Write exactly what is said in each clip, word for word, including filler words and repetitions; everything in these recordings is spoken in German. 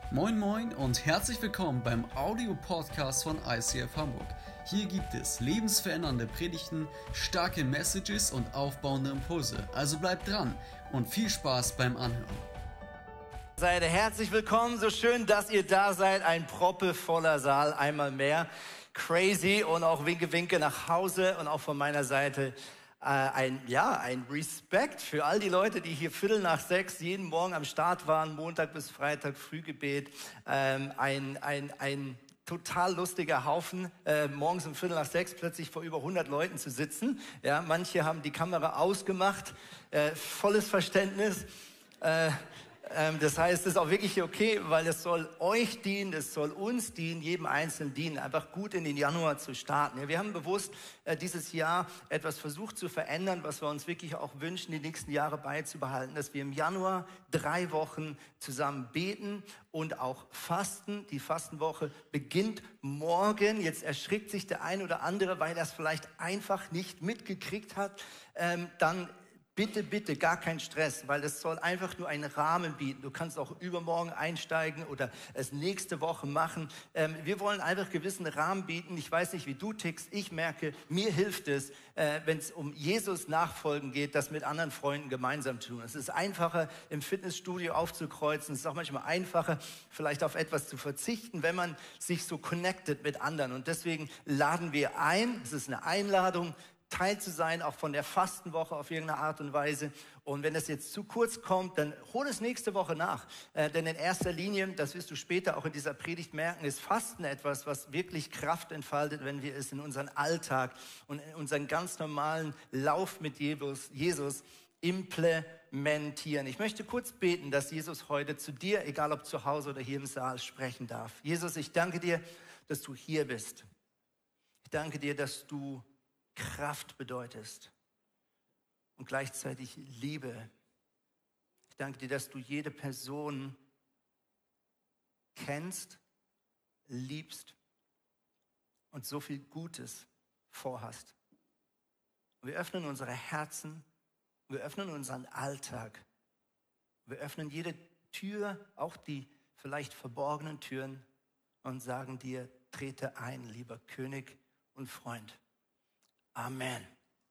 Moin Moin und herzlich willkommen beim Audio-Podcast von I C F Hamburg. Hier gibt es lebensverändernde Predigten, starke Messages und aufbauende Impulse. Also bleibt dran und viel Spaß beim Anhören. Seid herzlich willkommen, so schön, dass ihr da seid. Ein proppevoller Saal, einmal mehr. Crazy und auch Winke Winke nach Hause und auch von meiner Seite äh, ein, ja, ein Respekt für all die Leute, die hier Viertel nach sechs jeden Morgen am Start waren, Montag bis Freitag, Frühgebet. Ähm, ein, ein, ein total lustiger Haufen, äh, morgens um Viertel nach sechs plötzlich vor über hundert Leuten zu sitzen. Ja, manche haben die Kamera ausgemacht, äh, volles Verständnis. Äh, Das heißt, es ist auch wirklich okay, weil es soll euch dienen, es soll uns dienen, jedem Einzelnen dienen, einfach gut in den Januar zu starten. Wir haben bewusst dieses Jahr etwas versucht zu verändern, was wir uns wirklich auch wünschen, die nächsten Jahre beizubehalten, dass wir im Januar drei Wochen zusammen beten und auch fasten. Die Fastenwoche beginnt morgen. Jetzt erschrickt sich der ein oder andere, weil er es vielleicht einfach nicht mitgekriegt hat. Ähm, dann Bitte, bitte, gar kein Stress, weil es soll einfach nur einen Rahmen bieten. Du kannst auch übermorgen einsteigen oder es nächste Woche machen. Ähm, wir wollen einfach gewissen Rahmen bieten. Ich weiß nicht, wie du tickst. Ich merke, mir hilft es, äh, wenn es um Jesus nachfolgen geht, das mit anderen Freunden gemeinsam zu tun. Es ist einfacher, im Fitnessstudio aufzukreuzen. Es ist auch manchmal einfacher, vielleicht auf etwas zu verzichten, wenn man sich so connected mit anderen. Und deswegen laden wir ein. Es ist eine Einladung, Teil zu sein, auch von der Fastenwoche auf irgendeine Art und Weise. Und wenn das jetzt zu kurz kommt, dann hol es nächste Woche nach. Äh, denn in erster Linie, das wirst du später auch in dieser Predigt merken, ist Fasten etwas, was wirklich Kraft entfaltet, wenn wir es in unseren Alltag und in unseren ganz normalen Lauf mit Jesus, Jesus implementieren. Ich möchte kurz beten, dass Jesus heute zu dir, egal ob zu Hause oder hier im Saal, sprechen darf. Jesus, ich danke dir, dass du hier bist. Ich danke dir, dass du Kraft bedeutest und gleichzeitig Liebe. Ich danke dir, dass du jede Person kennst, liebst und so viel Gutes vorhast. Wir öffnen unsere Herzen, wir öffnen unseren Alltag, wir öffnen jede Tür, auch die vielleicht verborgenen Türen und sagen dir, trete ein, lieber König und Freund. Amen.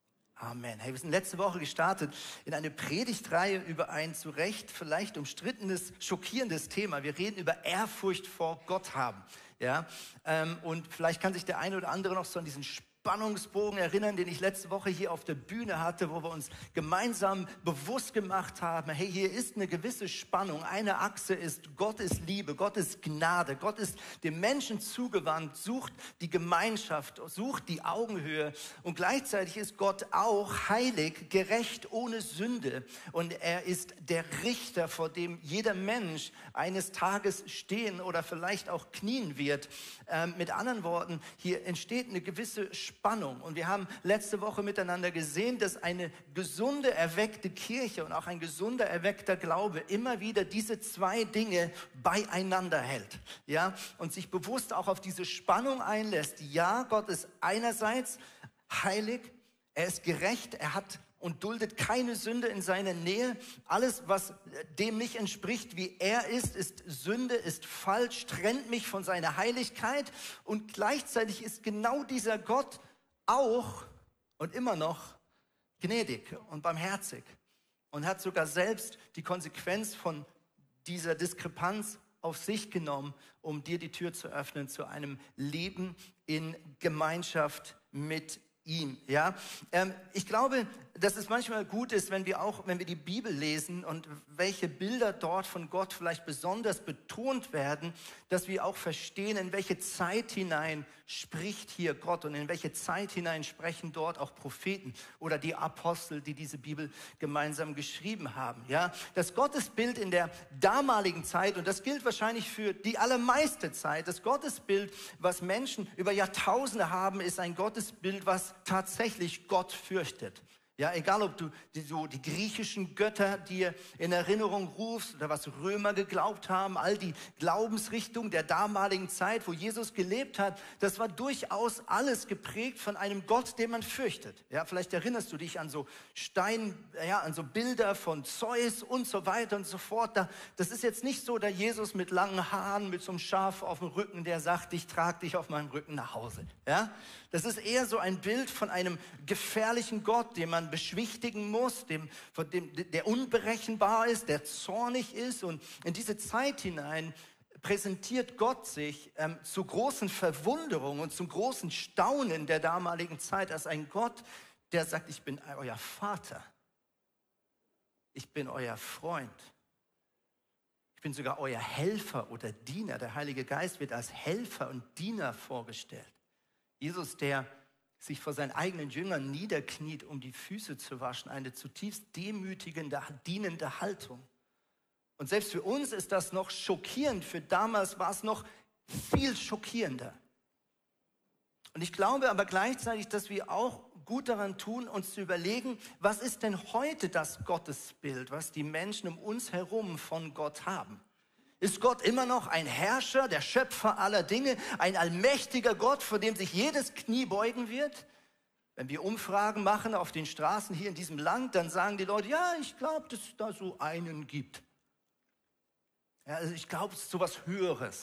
Amen. Hey, wir sind letzte Woche gestartet in eine Predigtreihe über ein zu Recht vielleicht umstrittenes, schockierendes Thema. Wir reden über Ehrfurcht vor Gott haben. Ja, ähm, und vielleicht kann sich der eine oder andere noch so an diesen Spannungsbogen erinnern, den ich letzte Woche hier auf der Bühne hatte, wo wir uns gemeinsam bewusst gemacht haben, hey, hier ist eine gewisse Spannung. Eine Achse ist, Gott ist Liebe, Gott ist Gnade, Gott ist dem Menschen zugewandt, sucht die Gemeinschaft, sucht die Augenhöhe und gleichzeitig ist Gott auch heilig, gerecht, ohne Sünde und er ist der Richter, vor dem jeder Mensch eines Tages stehen oder vielleicht auch knien wird. Ähm, mit anderen Worten, hier entsteht eine gewisse Spannung. Spannung. Und wir haben letzte Woche miteinander gesehen, dass eine gesunde, erweckte Kirche und auch ein gesunder, erweckter Glaube immer wieder diese zwei Dinge beieinander hält. Ja? Und sich bewusst auch auf diese Spannung einlässt. Ja, Gott ist einerseits heilig, er ist gerecht, er hat und duldet keine Sünde in seiner Nähe. Alles, was dem nicht entspricht, wie er ist, ist Sünde, ist falsch, trennt mich von seiner Heiligkeit. Und gleichzeitig ist genau dieser Gott auch und immer noch gnädig und barmherzig und hat sogar selbst die Konsequenz von dieser Diskrepanz auf sich genommen, um dir die Tür zu öffnen zu einem Leben in Gemeinschaft mit ihm. Ja, ähm, ich glaube, dass es manchmal gut ist, wenn wir auch, wenn wir die Bibel lesen und welche Bilder dort von Gott vielleicht besonders betont werden, dass wir auch verstehen, in welche Zeit hinein spricht hier Gott und in welche Zeit hinein sprechen dort auch Propheten oder die Apostel, die diese Bibel gemeinsam geschrieben haben. Ja, das Gottesbild in der damaligen Zeit, und das gilt wahrscheinlich für die allermeiste Zeit, das Gottesbild, was Menschen über Jahrtausende haben, ist ein Gottesbild, was tatsächlich Gott fürchtet. Ja, egal, ob du die, so die griechischen Götter dir in Erinnerung rufst oder was Römer geglaubt haben, all die Glaubensrichtungen der damaligen Zeit, wo Jesus gelebt hat, das war durchaus alles geprägt von einem Gott, den man fürchtet. Ja, vielleicht erinnerst du dich an so Stein, ja, an so Bilder von Zeus und so weiter und so fort. Da, das ist jetzt nicht so der Jesus mit langen Haaren, mit so einem Schaf auf dem Rücken, der sagt, ich trage dich auf meinem Rücken nach Hause. Ja, das ist eher so ein Bild von einem gefährlichen Gott, den man beschwichtigen muss, dem, von dem, der unberechenbar ist, der zornig ist. Und in diese Zeit hinein präsentiert Gott sich ähm, zu großen Verwunderung und zum großen Staunen der damaligen Zeit als ein Gott, der sagt, ich bin euer Vater, ich bin euer Freund, ich bin sogar euer Helfer oder Diener. Der Heilige Geist wird als Helfer und Diener vorgestellt. Jesus, der sich vor seinen eigenen Jüngern niederkniet, um die Füße zu waschen, eine zutiefst demütigende, dienende Haltung. Und selbst für uns ist das noch schockierend, für damals war es noch viel schockierender. Und ich glaube aber gleichzeitig, dass wir auch gut daran tun, uns zu überlegen, was ist denn heute das Gottesbild, was die Menschen um uns herum von Gott haben? Ist Gott immer noch ein Herrscher, der Schöpfer aller Dinge, ein allmächtiger Gott, vor dem sich jedes Knie beugen wird? Wenn wir Umfragen machen auf den Straßen hier in diesem Land, dann sagen die Leute, ja, ich glaube, dass es da so einen gibt. Ja, also ich glaube, es ist so was Höheres.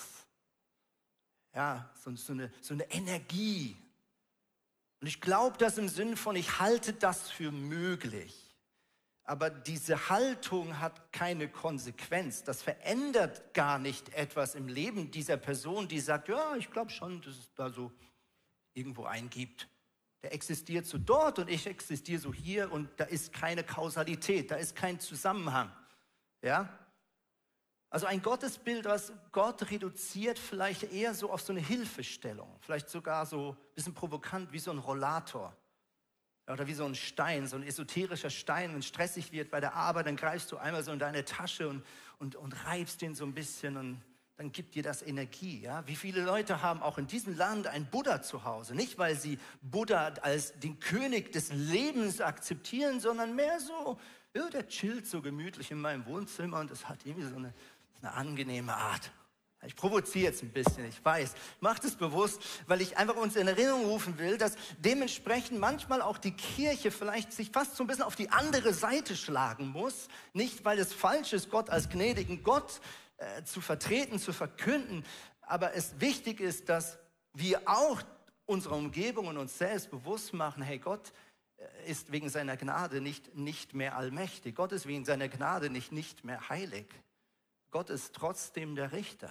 Ja, so, so, eine, so eine Energie. Und ich glaube das im Sinne von, ich halte das für möglich. Aber diese Haltung hat keine Konsequenz. Das verändert gar nicht etwas im Leben dieser Person, die sagt, ja, ich glaube schon, dass es da so irgendwo einen gibt. Der existiert so dort und ich existiere so hier und da ist keine Kausalität, da ist kein Zusammenhang. Ja? Also ein Gottesbild, was Gott reduziert, vielleicht eher so auf so eine Hilfestellung, vielleicht sogar so ein bisschen provokant wie so ein Rollator. Oder wie so ein Stein, so ein esoterischer Stein, wenn es stressig wird bei der Arbeit, dann greifst du einmal so in deine Tasche und, und, und reibst den so ein bisschen und dann gibt dir das Energie. Ja? Wie viele Leute haben auch in diesem Land einen Buddha zu Hause? Nicht, weil sie Buddha als den König des Lebens akzeptieren, sondern mehr so, ja, der chillt so gemütlich in meinem Wohnzimmer und das hat irgendwie so eine, eine angenehme Art. Ich provoziere jetzt ein bisschen, ich weiß. Ich mache das bewusst, weil ich einfach uns in Erinnerung rufen will, dass dementsprechend manchmal auch die Kirche vielleicht sich fast so ein bisschen auf die andere Seite schlagen muss. Nicht, weil es falsch ist, Gott als gnädigen Gott äh, zu vertreten, zu verkünden. Aber es wichtig ist, dass wir auch unserer Umgebung und uns selbst bewusst machen, hey, Gott ist wegen seiner Gnade nicht, nicht mehr allmächtig. Gott ist wegen seiner Gnade nicht, nicht mehr heilig. Gott ist trotzdem der Richter.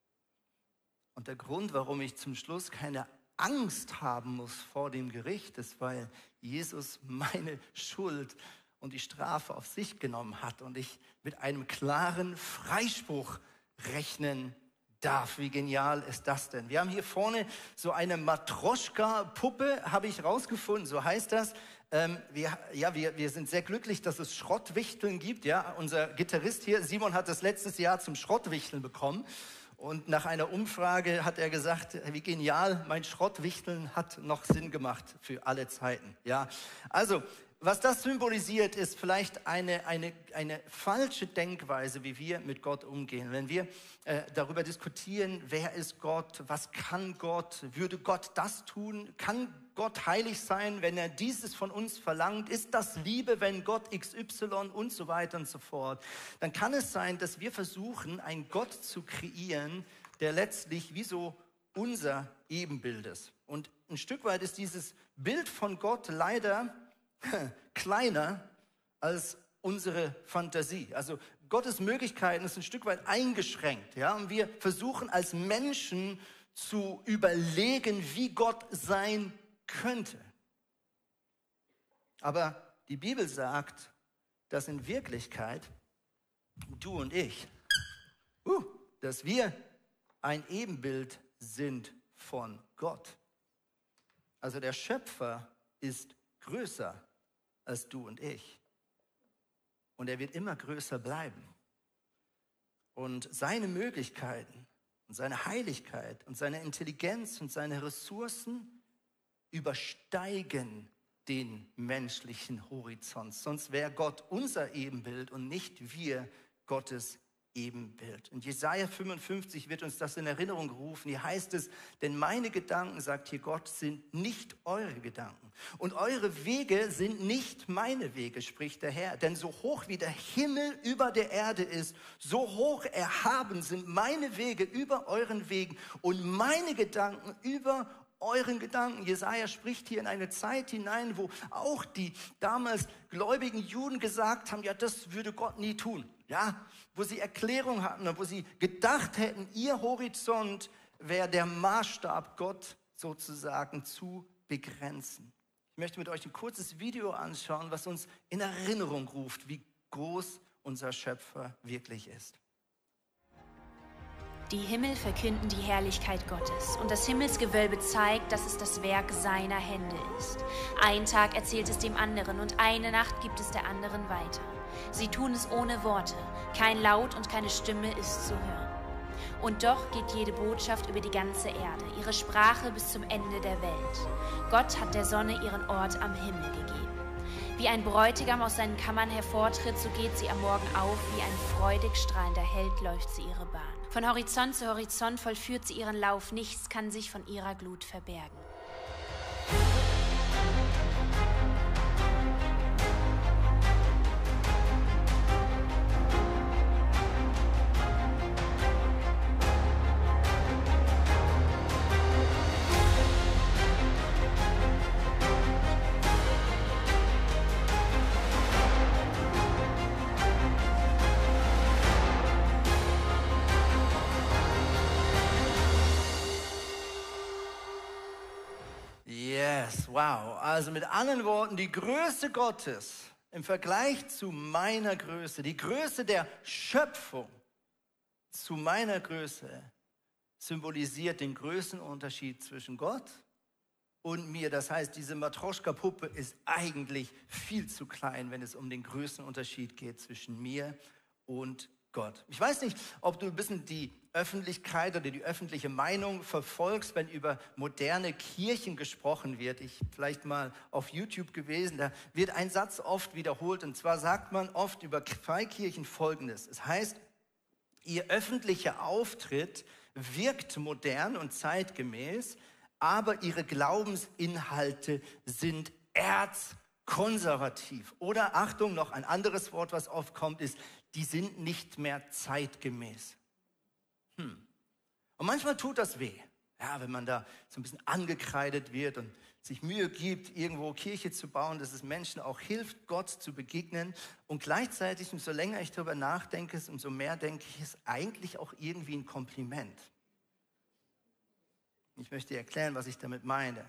Und der Grund, warum ich zum Schluss keine Angst haben muss vor dem Gericht, ist, weil Jesus meine Schuld und die Strafe auf sich genommen hat und ich mit einem klaren Freispruch rechnen darf. Wie genial ist das denn? Wir haben hier vorne so eine Matroschka-Puppe, habe ich rausgefunden, so heißt das. Ähm, wir, ja, wir, wir sind sehr glücklich, dass es Schrottwichteln gibt. Ja, unser Gitarrist hier, Simon, hat das letztes Jahr zum Schrottwichteln bekommen. Und nach einer Umfrage hat er gesagt, wie genial, mein Schrottwichteln hat noch Sinn gemacht für alle Zeiten. Ja, also, was das symbolisiert, ist vielleicht eine, eine, eine falsche Denkweise, wie wir mit Gott umgehen. Wenn wir äh, darüber diskutieren, wer ist Gott, was kann Gott, würde Gott das tun, kann Gott heilig sein, wenn er dieses von uns verlangt, ist das Liebe, wenn Gott X Y und so weiter und so fort, dann kann es sein, dass wir versuchen, einen Gott zu kreieren, der letztlich wie so unser Ebenbild ist. Und ein Stück weit ist dieses Bild von Gott leider kleiner als unsere Fantasie. Also Gottes Möglichkeiten sind ein Stück weit eingeschränkt. Ja? Und wir versuchen als Menschen zu überlegen, wie Gott sein könnte. Aber die Bibel sagt, dass in Wirklichkeit du und ich, uh, dass wir ein Ebenbild sind von Gott. Also der Schöpfer ist größer als du und ich. Und er wird immer größer bleiben. Und seine Möglichkeiten und seine Heiligkeit und seine Intelligenz und seine Ressourcen übersteigen den menschlichen Horizont. Sonst wäre Gott unser Ebenbild und nicht wir Gottes Ebenbild. Und Jesaja fünfundfünfzig wird uns das in Erinnerung gerufen. Hier heißt es, denn meine Gedanken, sagt hier Gott, sind nicht eure Gedanken. Und eure Wege sind nicht meine Wege, spricht der Herr. Denn so hoch wie der Himmel über der Erde ist, so hoch erhaben sind meine Wege über euren Wegen und meine Gedanken über euren Gedanken. Jesaja spricht hier in eine Zeit hinein, wo auch die damals gläubigen Juden gesagt haben, ja, das würde Gott nie tun. Ja, wo sie Erklärung hatten und wo sie gedacht hätten, ihr Horizont wäre der Maßstab, Gott sozusagen zu begrenzen. Ich möchte mit euch ein kurzes Video anschauen, was uns in Erinnerung ruft, wie groß unser Schöpfer wirklich ist. Die Himmel verkünden die Herrlichkeit Gottes und das Himmelsgewölbe zeigt, dass es das Werk seiner Hände ist. Ein Tag erzählt es dem anderen und eine Nacht gibt es der anderen weiter. Sie tun es ohne Worte, kein Laut und keine Stimme ist zu hören. Und doch geht jede Botschaft über die ganze Erde, ihre Sprache bis zum Ende der Welt. Gott hat der Sonne ihren Ort am Himmel gegeben. Wie ein Bräutigam aus seinen Kammern hervortritt, so geht sie am Morgen auf, wie ein freudig strahlender Held läuft sie ihre Bahn. Von Horizont zu Horizont vollführt sie ihren Lauf, nichts kann sich von ihrer Glut verbergen. Wow, also mit anderen Worten, die Größe Gottes im Vergleich zu meiner Größe, die Größe der Schöpfung zu meiner Größe symbolisiert den Größenunterschied zwischen Gott und mir. Das heißt, diese Matroschka-Puppe ist eigentlich viel zu klein, wenn es um den Größenunterschied geht zwischen mir und Gott. Ich weiß nicht, ob du ein bisschen die Öffentlichkeit oder die öffentliche Meinung verfolgst, wenn über moderne Kirchen gesprochen wird. Ich vielleicht mal auf YouTube gewesen, da wird ein Satz oft wiederholt und zwar sagt man oft über Freikirchen Folgendes. Es heißt, ihr öffentlicher Auftritt wirkt modern und zeitgemäß, aber ihre Glaubensinhalte sind erzkonservativ. Oder Achtung, noch ein anderes Wort, was oft kommt, ist, die sind nicht mehr zeitgemäß. Hm. Und manchmal tut das weh, ja, wenn man da so ein bisschen angekreidet wird und sich Mühe gibt, irgendwo Kirche zu bauen, dass es Menschen auch hilft, Gott zu begegnen. Und gleichzeitig, umso länger ich darüber nachdenke, umso mehr denke ich, ist eigentlich auch irgendwie ein Kompliment. Ich möchte erklären, was ich damit meine.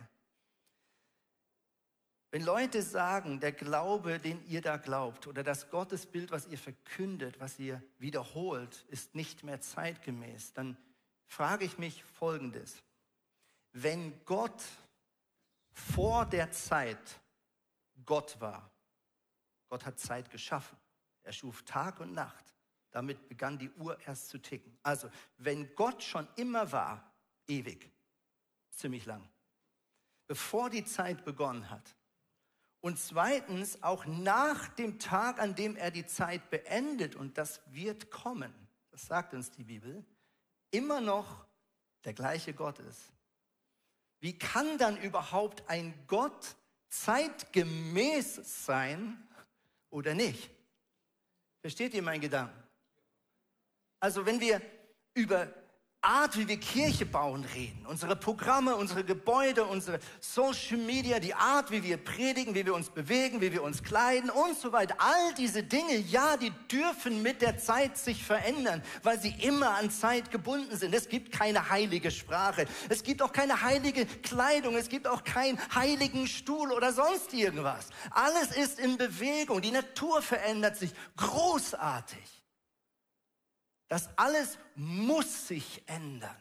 Wenn Leute sagen, der Glaube, den ihr da glaubt, oder das Gottesbild, was ihr verkündet, was ihr wiederholt, ist nicht mehr zeitgemäß, dann frage ich mich Folgendes. Wenn Gott vor der Zeit Gott war, Gott hat Zeit geschaffen, er schuf Tag und Nacht, damit begann die Uhr erst zu ticken. Also, wenn Gott schon immer war, ewig, ziemlich lang, bevor die Zeit begonnen hat, und zweitens, auch nach dem Tag, an dem er die Zeit beendet, und das wird kommen, das sagt uns die Bibel, immer noch der gleiche Gott ist. Wie kann dann überhaupt ein Gott zeitgemäß sein oder nicht? Versteht ihr meinen Gedanken? Also wenn wir über Art, wie wir Kirche bauen, reden, unsere Programme, unsere Gebäude, unsere Social Media, die Art, wie wir predigen, wie wir uns bewegen, wie wir uns kleiden und so weiter. All diese Dinge, ja, die dürfen mit der Zeit sich verändern, weil sie immer an Zeit gebunden sind. Es gibt keine heilige Sprache, es gibt auch keine heilige Kleidung, es gibt auch keinen heiligen Stuhl oder sonst irgendwas. Alles ist in Bewegung, die Natur verändert sich großartig. Das alles muss sich ändern.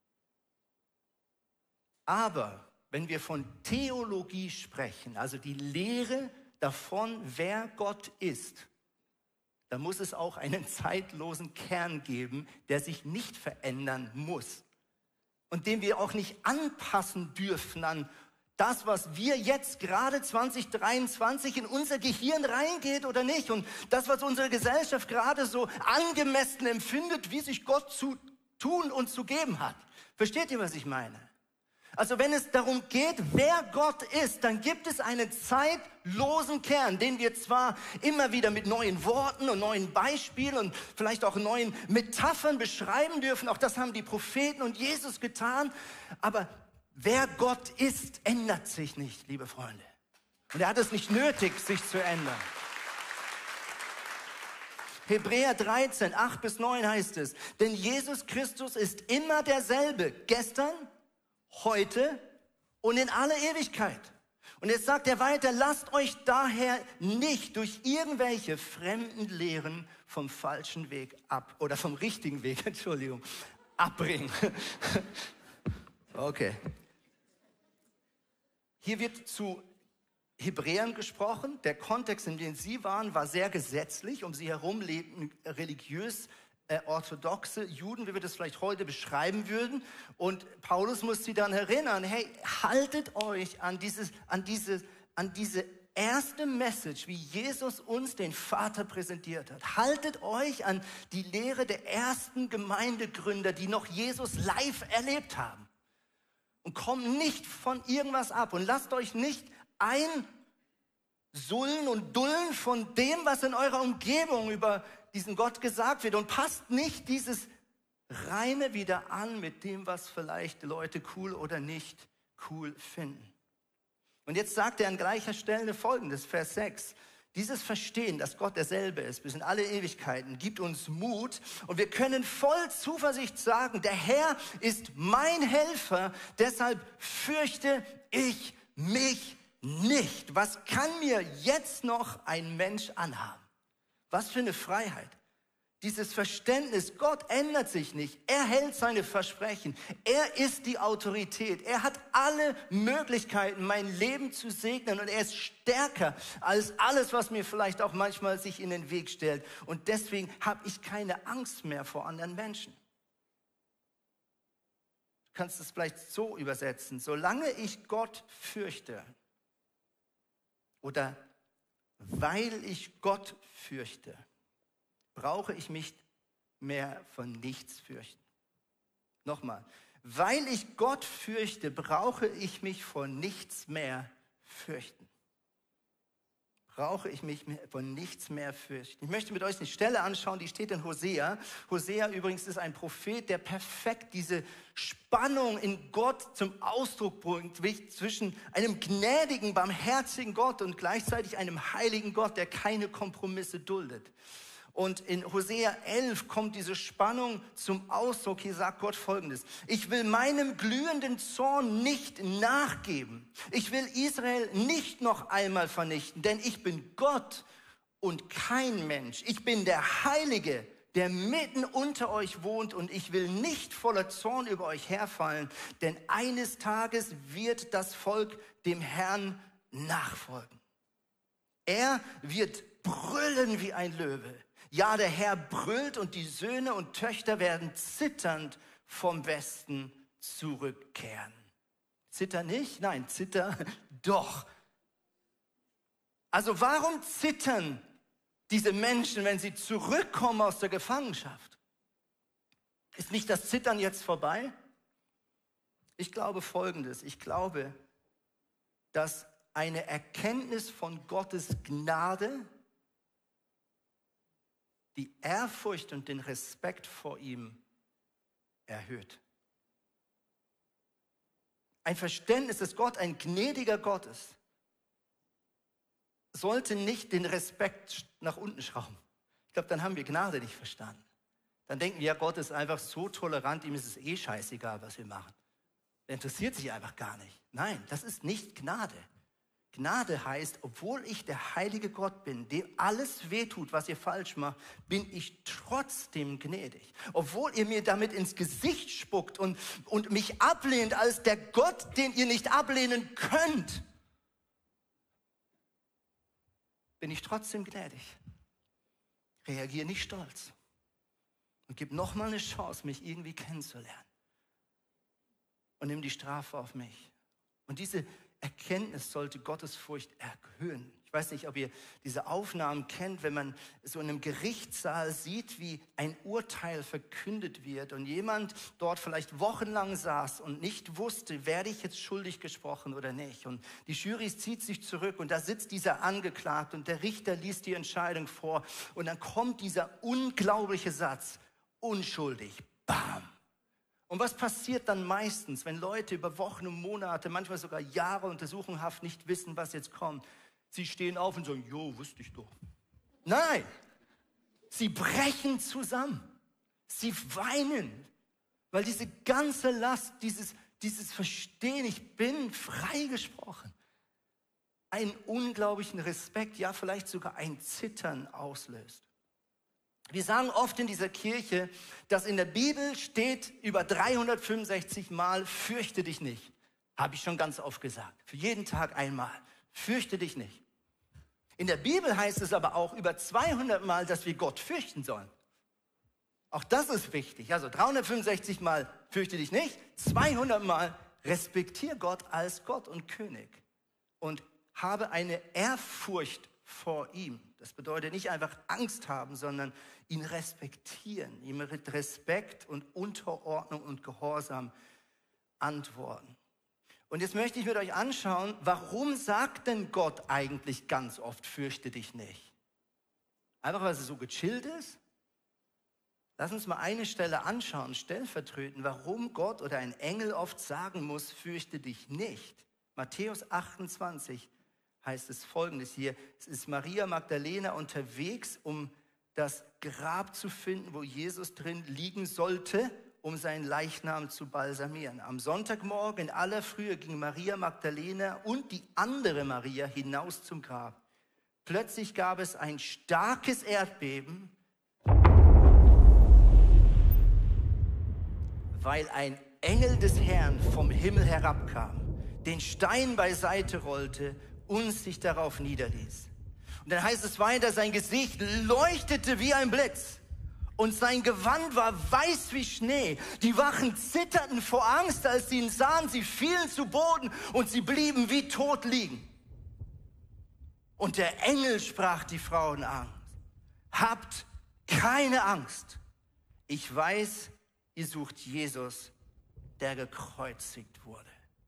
Aber wenn wir von Theologie sprechen, also die Lehre davon, wer Gott ist, dann muss es auch einen zeitlosen Kern geben, der sich nicht verändern muss und den wir auch nicht anpassen dürfen an Das, was wir jetzt gerade zwanzig dreiundzwanzig in unser Gehirn reingeht oder nicht. Und das, was unsere Gesellschaft gerade so angemessen empfindet, wie sich Gott zu tun und zu geben hat. Versteht ihr, was ich meine? Also wenn es darum geht, wer Gott ist, dann gibt es einen zeitlosen Kern, den wir zwar immer wieder mit neuen Worten und neuen Beispielen und vielleicht auch neuen Metaphern beschreiben dürfen. Auch das haben die Propheten und Jesus getan. Aber wer Gott ist, ändert sich nicht, liebe Freunde. Und er hat es nicht nötig, sich zu ändern. Hebräer dreizehn, acht bis neun heißt es, denn Jesus Christus ist immer derselbe, gestern, heute und in alle Ewigkeit. Und jetzt sagt er weiter, lasst euch daher nicht durch irgendwelche fremden Lehren vom falschen Weg ab, oder vom richtigen Weg, Entschuldigung, abbringen. Okay. Hier wird zu Hebräern gesprochen. Der Kontext, in dem sie waren, war sehr gesetzlich. Um sie herum lebten religiös äh, orthodoxe Juden, wie wir das vielleicht heute beschreiben würden. Und Paulus muss sie dann erinnern, hey, haltet euch an, dieses, an, dieses, an diese erste Message, wie Jesus uns den Vater präsentiert hat. Haltet euch an die Lehre der ersten Gemeindegründer, die noch Jesus live erlebt haben. Und kommt nicht von irgendwas ab und lasst euch nicht einsullen und dullen von dem, was in eurer Umgebung über diesen Gott gesagt wird. Und passt nicht dieses Reine wieder an mit dem, was vielleicht Leute cool oder nicht cool finden. Und jetzt sagt er an gleicher Stelle Folgendes, Vers sechs. Dieses Verstehen, dass Gott derselbe ist, bis in alle Ewigkeiten, gibt uns Mut. Und wir können voll Zuversicht sagen, der Herr ist mein Helfer, deshalb fürchte ich mich nicht. Was kann mir jetzt noch ein Mensch anhaben? Was für eine Freiheit. Dieses Verständnis, Gott ändert sich nicht. Er hält seine Versprechen. Er ist die Autorität. Er hat alle Möglichkeiten, mein Leben zu segnen. Und er ist stärker als alles, was mir vielleicht auch manchmal sich in den Weg stellt. Und deswegen habe ich keine Angst mehr vor anderen Menschen. Du kannst es vielleicht so übersetzen. Solange ich Gott fürchte oder weil ich Gott fürchte, brauche ich mich mehr von nichts fürchten. Nochmal, weil ich Gott fürchte, brauche ich mich vor nichts mehr fürchten. Brauche ich mich von nichts mehr fürchten. Ich möchte mit euch eine Stelle anschauen, die steht in Hosea. Hosea übrigens ist ein Prophet, der perfekt diese Spannung in Gott zum Ausdruck bringt, zwischen einem gnädigen, barmherzigen Gott und gleichzeitig einem heiligen Gott, der keine Kompromisse duldet. Und in Hosea elf kommt diese Spannung zum Ausdruck. Hier sagt Gott Folgendes: Ich will meinem glühenden Zorn nicht nachgeben. Ich will Israel nicht noch einmal vernichten, denn ich bin Gott und kein Mensch. Ich bin der Heilige, der mitten unter euch wohnt, und ich will nicht voller Zorn über euch herfallen, denn eines Tages wird das Volk dem Herrn nachfolgen. Er wird brüllen wie ein Löwe. Ja, der Herr brüllt und die Söhne und Töchter werden zitternd vom Westen zurückkehren. Zitter nicht? Nein, zitter doch. Also warum zittern diese Menschen, wenn sie zurückkommen aus der Gefangenschaft? Ist nicht das Zittern jetzt vorbei? Ich glaube Folgendes. Ich glaube, dass eine Erkenntnis von Gottes Gnade die Ehrfurcht und den Respekt vor ihm erhöht. Ein Verständnis, dass Gott ein gnädiger Gott ist, sollte nicht den Respekt nach unten schrauben. Ich glaube, dann haben wir Gnade nicht verstanden. Dann denken wir, ja, Gott ist einfach so tolerant, ihm ist es eh scheißegal, was wir machen. Er interessiert sich einfach gar nicht. Nein, das ist nicht Gnade. Gnade heißt, obwohl ich der heilige Gott bin, dem alles wehtut, was ihr falsch macht, bin ich trotzdem gnädig. Obwohl ihr mir damit ins Gesicht spuckt und, und mich ablehnt als der Gott, den ihr nicht ablehnen könnt, bin ich trotzdem gnädig. Reagiere nicht stolz und gib nochmal eine Chance, mich irgendwie kennenzulernen. Und nimm die Strafe auf mich. Und diese Erkenntnis sollte Gottesfurcht erhöhen. Ich weiß nicht, ob ihr diese Aufnahmen kennt, wenn man so in einem Gerichtssaal sieht, wie ein Urteil verkündet wird und jemand dort vielleicht wochenlang saß und nicht wusste, werde ich jetzt schuldig gesprochen oder nicht. Und die Jury zieht sich zurück und da sitzt dieser Angeklagte und der Richter liest die Entscheidung vor und dann kommt dieser unglaubliche Satz, unschuldig, bam. Und was passiert dann meistens, wenn Leute über Wochen und Monate, manchmal sogar Jahre Untersuchungshaft nicht wissen, was jetzt kommt? Sie stehen auf und sagen, jo, wusste ich doch. Nein, sie brechen zusammen. Sie weinen, weil diese ganze Last, dieses, dieses Verstehen, ich bin freigesprochen, einen unglaublichen Respekt, ja vielleicht sogar ein Zittern auslöst. Wir sagen oft in dieser Kirche, dass in der Bibel steht über dreihundertfünfundsechzig Mal, fürchte dich nicht. Habe ich schon ganz oft gesagt. Für jeden Tag einmal. Fürchte dich nicht. In der Bibel heißt es aber auch über zweihundert Mal, dass wir Gott fürchten sollen. Auch das ist wichtig. Also dreihundertfünfundsechzig Mal fürchte dich nicht, zweihundert Mal respektiere Gott als Gott und König. Und habe eine Ehrfurcht vor ihm. Das bedeutet nicht einfach Angst haben, sondern ihn respektieren, ihm mit Respekt und Unterordnung und Gehorsam antworten. Und jetzt möchte ich mit euch anschauen, warum sagt denn Gott eigentlich ganz oft, fürchte dich nicht? Einfach, weil es so gechillt ist? Lass uns mal eine Stelle anschauen, stellvertretend, warum Gott oder ein Engel oft sagen muss, fürchte dich nicht. Matthäus achtundzwanzig heißt es Folgendes hier. Es ist Maria Magdalena unterwegs, um das Grab zu finden, wo Jesus drin liegen sollte, um seinen Leichnam zu balsamieren. Am Sonntagmorgen in aller Frühe ging Maria Magdalena und die andere Maria hinaus zum Grab. Plötzlich gab es ein starkes Erdbeben, weil ein Engel des Herrn vom Himmel herabkam, den Stein beiseite rollte und sich darauf niederließ. Und dann heißt es weiter, sein Gesicht leuchtete wie ein Blitz. Und sein Gewand war weiß wie Schnee. Die Wachen zitterten vor Angst, als sie ihn sahen. Sie fielen zu Boden und sie blieben wie tot liegen. Und der Engel sprach die Frauen an: Habt keine Angst. Ich weiß, ihr sucht Jesus, der gekreuzigt wurde.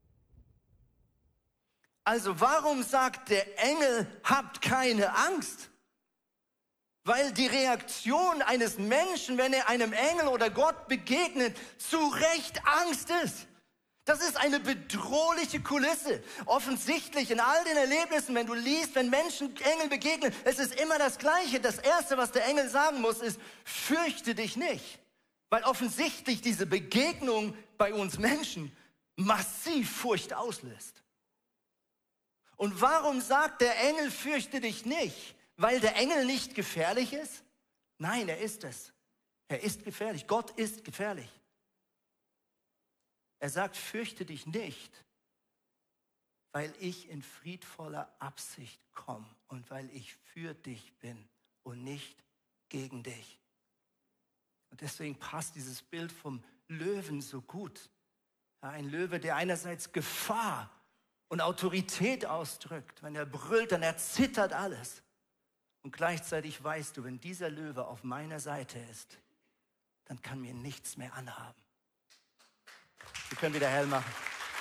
Also warum sagt der Engel, habt keine Angst? Weil die Reaktion eines Menschen, wenn er einem Engel oder Gott begegnet, zu Recht Angst ist. Das ist eine bedrohliche Kulisse. Offensichtlich in all den Erlebnissen, wenn du liest, wenn Menschen Engel begegnen, es ist immer das Gleiche. Das Erste, was der Engel sagen muss, ist, fürchte dich nicht. Weil offensichtlich diese Begegnung bei uns Menschen massiv Furcht auslöst. Und warum sagt der Engel, fürchte dich nicht? Weil der Engel nicht gefährlich ist? Nein, er ist es. Er ist gefährlich. Gott ist gefährlich. Er sagt, fürchte dich nicht, weil ich in friedvoller Absicht komme und weil ich für dich bin und nicht gegen dich. Und deswegen passt dieses Bild vom Löwen so gut. Ja, ein Löwe, der einerseits Gefahr und Autorität ausdrückt. Wenn er brüllt, dann erzittert alles. Und gleichzeitig weißt du, wenn dieser Löwe auf meiner Seite ist, dann kann mir nichts mehr anhaben. Wir können wieder hell machen.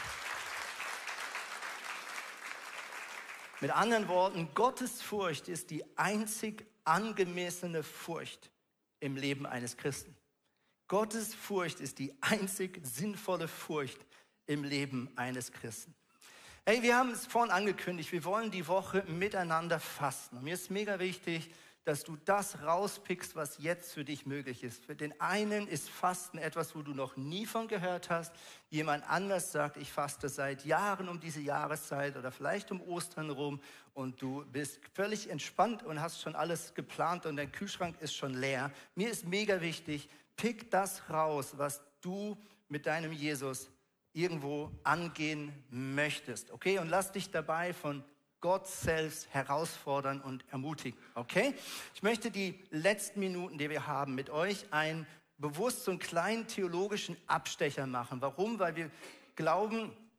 Mit anderen Worten, Gottesfurcht ist die einzig angemessene Furcht im Leben eines Christen. Gottesfurcht ist die einzig sinnvolle Furcht im Leben eines Christen. Hey, wir haben es vorhin angekündigt, wir wollen die Woche miteinander fasten. Und mir ist mega wichtig, dass du das rauspickst, was jetzt für dich möglich ist. Für den einen ist Fasten etwas, wo du noch nie von gehört hast. Jemand anders sagt, ich faste seit Jahren um diese Jahreszeit oder vielleicht um Ostern rum und du bist völlig entspannt und hast schon alles geplant und dein Kühlschrank ist schon leer. Mir ist mega wichtig, pick das raus, was du mit deinem Jesus irgendwo angehen möchtest, okay? Und lass dich dabei von Gott selbst herausfordern und ermutigen, okay? Ich möchte die letzten Minuten, die wir haben, mit euch einen bewusst so einen kleinen theologischen Abstecher machen. Warum? Weil wir glauben,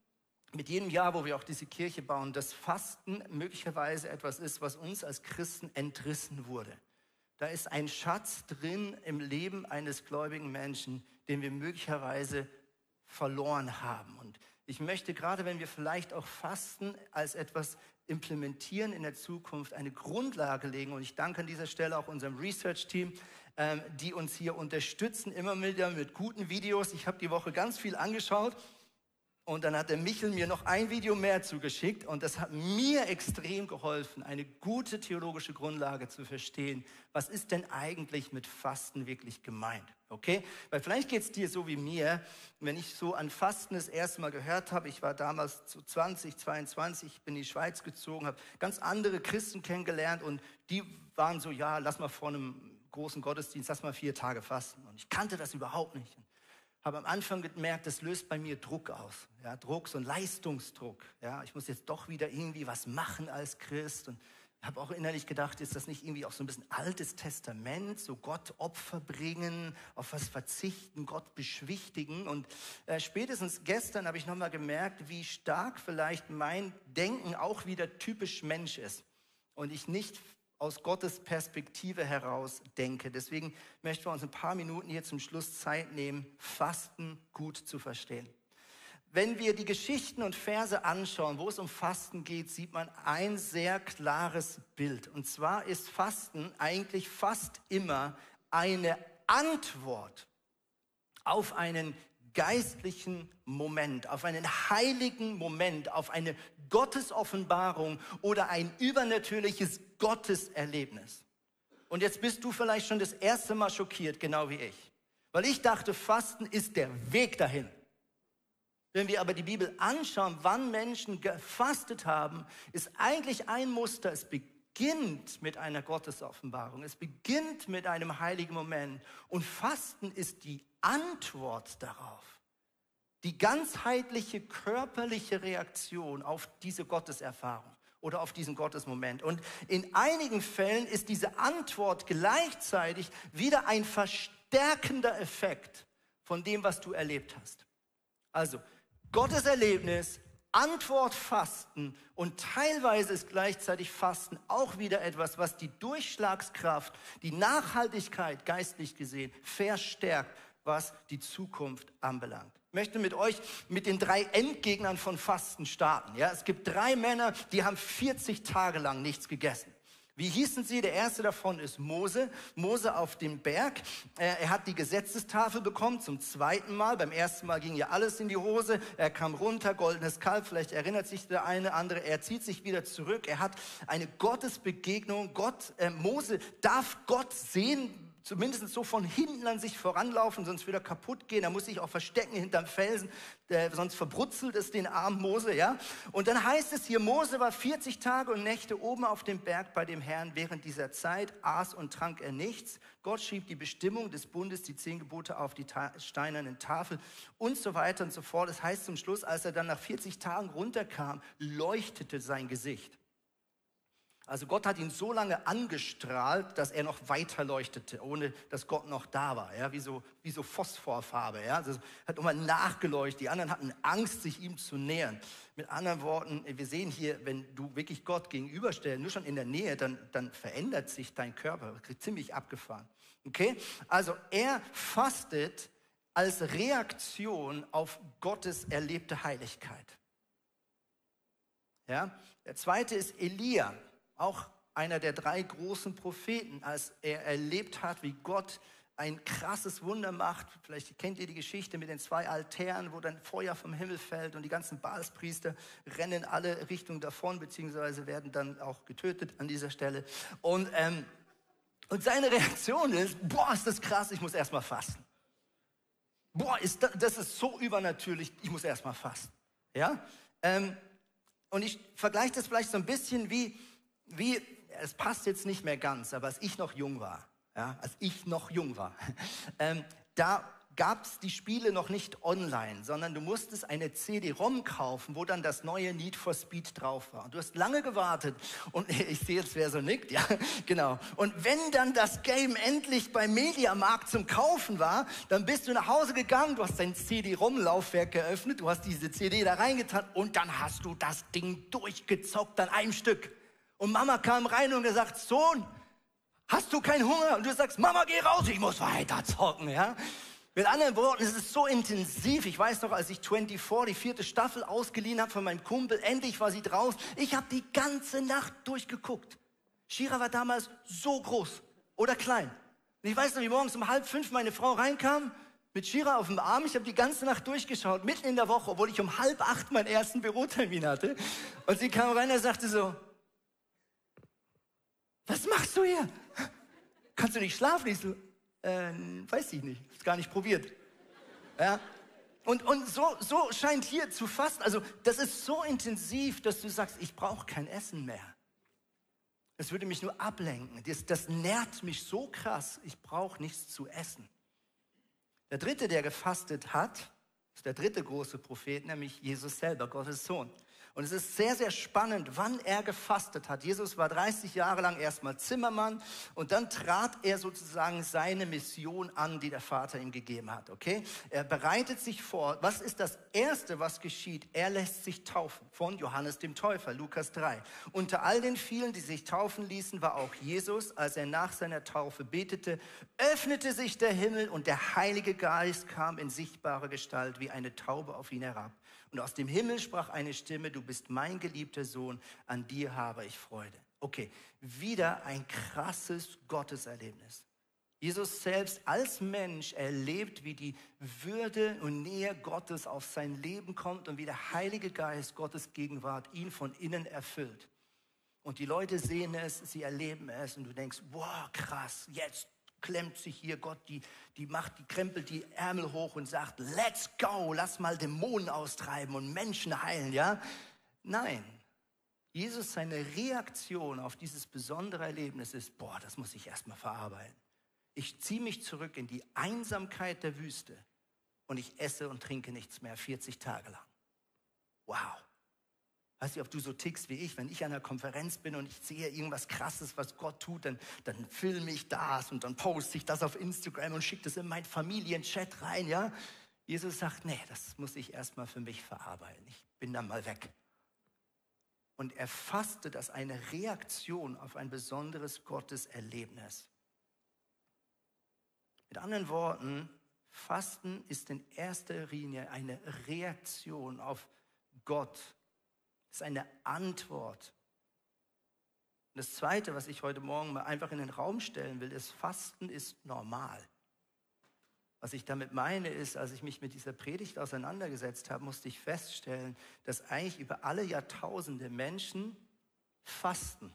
mit jedem Jahr, wo wir auch diese Kirche bauen, dass Fasten möglicherweise etwas ist, was uns als Christen entrissen wurde. Da ist ein Schatz drin im Leben eines gläubigen Menschen, den wir möglicherweise verloren haben. Und ich möchte, gerade wenn wir vielleicht auch Fasten als etwas implementieren in der Zukunft, eine Grundlage legen. Und ich danke an dieser Stelle auch unserem Research-Team, ähm, die uns hier unterstützen, immer wieder mit guten Videos. Ich habe die Woche ganz viel angeschaut. Und dann hat der Michel mir noch ein Video mehr zugeschickt und das hat mir extrem geholfen, eine gute theologische Grundlage zu verstehen. Was ist denn eigentlich mit Fasten wirklich gemeint? Okay? Weil vielleicht geht es dir so wie mir, wenn ich so an Fasten das erste Mal gehört habe, ich war damals zu zwanzig, zweiundzwanzig, bin in die Schweiz gezogen, habe ganz andere Christen kennengelernt und die waren so, ja, lass mal vor einem großen Gottesdienst, lass mal vier Tage fasten. Und ich kannte das überhaupt nicht. Habe am Anfang gemerkt, das löst bei mir Druck aus. Ja, Druck, so ein Leistungsdruck. Ja, ich muss jetzt doch wieder irgendwie was machen als Christ. Und habe auch innerlich gedacht, ist das nicht irgendwie auch so ein bisschen Altes Testament? So Gott Opfer bringen, auf was verzichten, Gott beschwichtigen. Und äh, spätestens gestern habe ich nochmal gemerkt, wie stark vielleicht mein Denken auch wieder typisch Mensch ist. Und ich nicht aus Gottes Perspektive heraus denke. Deswegen möchten wir uns ein paar Minuten hier zum Schluss Zeit nehmen, Fasten gut zu verstehen. Wenn wir die Geschichten und Verse anschauen, wo es um Fasten geht, sieht man ein sehr klares Bild. Und zwar ist Fasten eigentlich fast immer eine Antwort auf einen geistlichen Moment, auf einen heiligen Moment, auf eine Gottesoffenbarung oder ein übernatürliches Gotteserlebnis. Und jetzt bist du vielleicht schon das erste Mal schockiert, genau wie ich. Weil ich dachte, Fasten ist der Weg dahin. Wenn wir aber die Bibel anschauen, wann Menschen gefastet haben, ist eigentlich ein Muster. Es beginnt mit einer Gottesoffenbarung. Es beginnt mit einem heiligen Moment. Und Fasten ist die Antwort darauf. Die ganzheitliche körperliche Reaktion auf diese Gotteserfahrung oder auf diesen Gottesmoment. Und in einigen Fällen ist diese Antwort gleichzeitig wieder ein verstärkender Effekt von dem, was du erlebt hast. Also Gotteserlebnis, Antwort Fasten und teilweise ist gleichzeitig Fasten auch wieder etwas, was die Durchschlagskraft, die Nachhaltigkeit geistlich gesehen verstärkt, was die Zukunft anbelangt. Ich möchte mit euch mit den drei Endgegnern von Fasten starten. Ja, es gibt drei Männer, die haben vierzig Tage lang nichts gegessen. Wie hießen sie? Der erste davon ist Mose. Mose auf dem Berg. Er hat die Gesetzestafel bekommen zum zweiten Mal. Beim ersten Mal ging ja alles in die Hose. Er kam runter, goldenes Kalb. Vielleicht erinnert sich der eine andere. Er zieht sich wieder zurück. Er hat eine Gottesbegegnung. Gott, äh, Mose darf Gott sehen, zumindest so von hinten an sich voranlaufen, sonst würde er kaputt gehen. Er muss sich auch verstecken hinterm Felsen, äh, sonst verbrutzelt es den armen Mose. Ja? Und dann heißt es hier, Mose war vierzig Tage und Nächte oben auf dem Berg bei dem Herrn. Während dieser Zeit aß und trank er nichts. Gott schrieb die Bestimmung des Bundes, die zehn Gebote auf die ta- steinernen Tafel und so weiter und so fort. Das heißt zum Schluss, als er dann nach vierzig Tagen runterkam, leuchtete sein Gesicht. Also Gott hat ihn so lange angestrahlt, dass er noch weiter leuchtete, ohne dass Gott noch da war, ja, wie so, wie so Phosphorfarbe. Ja? Also hat nochmal nachgeleuchtet. Die anderen hatten Angst, sich ihm zu nähern. Mit anderen Worten, wir sehen hier, wenn du wirklich Gott gegenüberstellst, nur schon in der Nähe, dann, dann verändert sich dein Körper. Ziemlich abgefahren. Okay? Also er fastet als Reaktion auf Gottes erlebte Heiligkeit. Ja? Der zweite ist Elia. Auch einer der drei großen Propheten, als er erlebt hat, wie Gott ein krasses Wunder macht. Vielleicht kennt ihr die Geschichte mit den zwei Altären, wo dann Feuer vom Himmel fällt und die ganzen Baalspriester rennen alle Richtungen davon, beziehungsweise werden dann auch getötet an dieser Stelle. Und, ähm, und seine Reaktion ist, boah, ist das krass, ich muss erst mal fasten. Boah, ist das, das ist so übernatürlich, ich muss erst mal fasten. Ja? Ähm, und ich vergleiche das vielleicht so ein bisschen wie, Wie, es passt jetzt nicht mehr ganz, aber als ich noch jung war, ja, als ich noch jung war, ähm, da gab es die Spiele noch nicht online, sondern du musstest eine C D-ROM kaufen, wo dann das neue Need for Speed drauf war. Und du hast lange gewartet und ich sehe jetzt, wer so nickt, ja, genau. Und wenn dann das Game endlich beim Mediamarkt zum Kaufen war, dann bist du nach Hause gegangen, du hast dein C D-ROM-Laufwerk geöffnet, du hast diese C D da reingetan und dann hast du das Ding durchgezockt an einem Stück. Und Mama kam rein und gesagt, Sohn, hast du keinen Hunger? Und du sagst, Mama, geh raus, ich muss weiter zocken, ja. Mit anderen Worten, es ist so intensiv. Ich weiß noch, als ich vierundzwanzig, die vierte Staffel ausgeliehen habe von meinem Kumpel, endlich war sie draußen. Ich habe die ganze Nacht durchgeguckt. Shira war damals so groß oder klein. Und ich weiß noch, wie morgens um halb fünf meine Frau reinkam, mit Shira auf dem Arm. Ich habe die ganze Nacht durchgeschaut, mitten in der Woche, obwohl ich um halb acht meinen ersten Bürotermin hatte. Und sie kam rein und sagte so, was machst du hier? Kannst du nicht schlafen? Ich so, äh, weiß ich nicht, hab's gar nicht probiert. Ja? Und, und so, so scheint hier zu fasten. Also das ist so intensiv, dass du sagst, ich brauche kein Essen mehr. Das würde mich nur ablenken. Das, das nährt mich so krass, ich brauche nichts zu essen. Der dritte, der gefastet hat, ist der dritte große Prophet, nämlich Jesus selber, Gottes Sohn. Und es ist sehr, sehr spannend, wann er gefastet hat. Jesus war dreißig Jahre lang erstmal Zimmermann und dann trat er sozusagen seine Mission an, die der Vater ihm gegeben hat. Okay? Er bereitet sich vor. Was ist das Erste, was geschieht? Er lässt sich taufen von Johannes dem Täufer, Lukas drei. Unter all den vielen, die sich taufen ließen, war auch Jesus. Als er nach seiner Taufe betete, öffnete sich der Himmel und der Heilige Geist kam in sichtbarer Gestalt wie eine Taube auf ihn herab. Und aus dem Himmel sprach eine Stimme, du bist mein geliebter Sohn, an dir habe ich Freude. Okay, wieder ein krasses Gotteserlebnis. Jesus selbst als Mensch erlebt, wie die Würde und Nähe Gottes auf sein Leben kommt und wie der Heilige Geist, Gottes Gegenwart, ihn von innen erfüllt. Und die Leute sehen es, sie erleben es und du denkst, wow, krass, jetzt klemmt sich hier Gott, die, die macht, die krempelt die Ärmel hoch und sagt, let's go, lass mal Dämonen austreiben und Menschen heilen, ja? Nein, Jesus, seine Reaktion auf dieses besondere Erlebnis ist, boah, das muss ich erstmal verarbeiten. Ich ziehe mich zurück in die Einsamkeit der Wüste und ich esse und trinke nichts mehr, vierzig Tage lang. Wow. Weiß nicht, ob du so tickst wie ich, wenn ich an einer Konferenz bin und ich sehe irgendwas Krasses, was Gott tut, dann, dann filme ich das und dann poste ich das auf Instagram und schicke das in meinen Familienchat rein, ja. Jesus sagt, nee, das muss ich erstmal für mich verarbeiten. Ich bin dann mal weg. Und er fastet als eine Reaktion auf ein besonderes Gotteserlebnis. Mit anderen Worten, Fasten ist in erster Linie eine Reaktion auf Gott. Das ist eine Antwort. Und das Zweite, was ich heute Morgen mal einfach in den Raum stellen will, ist, Fasten ist normal. Was ich damit meine ist, als ich mich mit dieser Predigt auseinandergesetzt habe, musste ich feststellen, dass eigentlich über alle Jahrtausende Menschen fasten.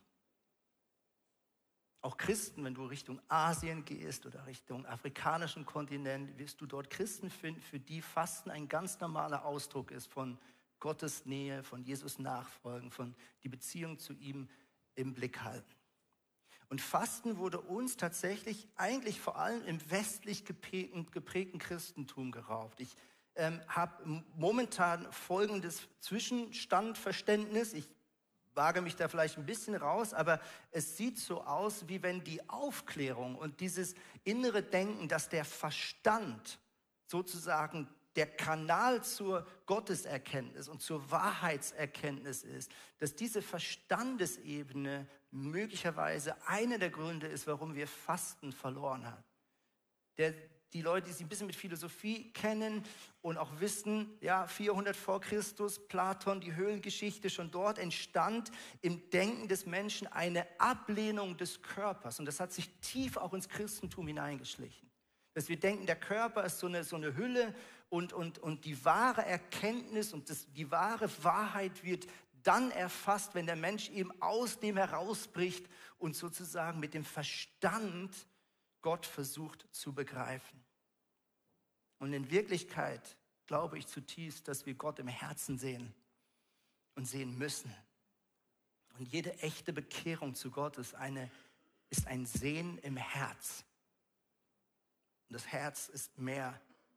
Auch Christen, wenn du Richtung Asien gehst oder Richtung afrikanischen Kontinent, wirst du dort Christen finden, für die Fasten ein ganz normaler Ausdruck ist von Gottes Nähe, von Jesus Nachfolgen, von die Beziehung zu ihm im Blick halten. Und Fasten wurde uns tatsächlich eigentlich vor allem im westlich geprägten, geprägten Christentum geraubt. Ich ähm, habe momentan folgendes Zwischenstandverständnis. Ich wage mich da vielleicht ein bisschen raus, aber es sieht so aus, wie wenn die Aufklärung und dieses innere Denken, dass der Verstand sozusagen der Kanal zur Gotteserkenntnis und zur Wahrheitserkenntnis ist, dass diese Verstandesebene möglicherweise einer der Gründe ist, warum wir Fasten verloren haben. Der, die Leute, die sich ein bisschen mit Philosophie kennen und auch wissen, ja, vierhundert vor Christus, Platon, die Höhlengeschichte, schon dort entstand im Denken des Menschen eine Ablehnung des Körpers. Und das hat sich tief auch ins Christentum hineingeschlichen. Dass wir denken, der Körper ist so eine, so eine Hülle und, und, und die wahre Erkenntnis und das, die wahre Wahrheit wird dann erfasst, wenn der Mensch eben aus dem herausbricht und sozusagen mit dem Verstand Gott versucht zu begreifen. Und in Wirklichkeit glaube ich zutiefst, dass wir Gott im Herzen sehen und sehen müssen. Und jede echte Bekehrung zu Gott ist, eine, ist ein Sehen im Herz. Und das Herz ist mehr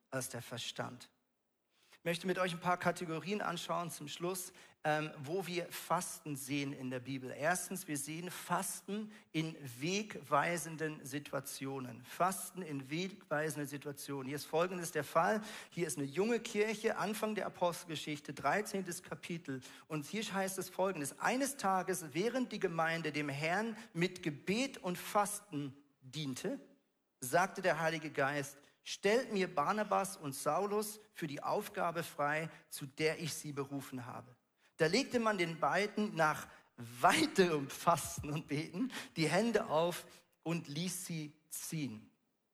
als der Verstand. Ich möchte mit euch ein paar Kategorien anschauen zum Schluss, ähm, wo wir Fasten sehen in der Bibel. Erstens, wir sehen Fasten in wegweisenden Situationen. Fasten in wegweisenden Situationen. Hier ist Folgendes der Fall. Hier ist eine junge Kirche, Anfang der Apostelgeschichte, dreizehntes Kapitel. Und hier heißt es Folgendes. Eines Tages, während die Gemeinde dem Herrn mit Gebet und Fasten diente, sagte der Heilige Geist, stellt mir Barnabas und Saulus für die Aufgabe frei, zu der ich sie berufen habe. Da legte man den beiden nach weiterem Fasten und Beten die Hände auf und ließ sie ziehen.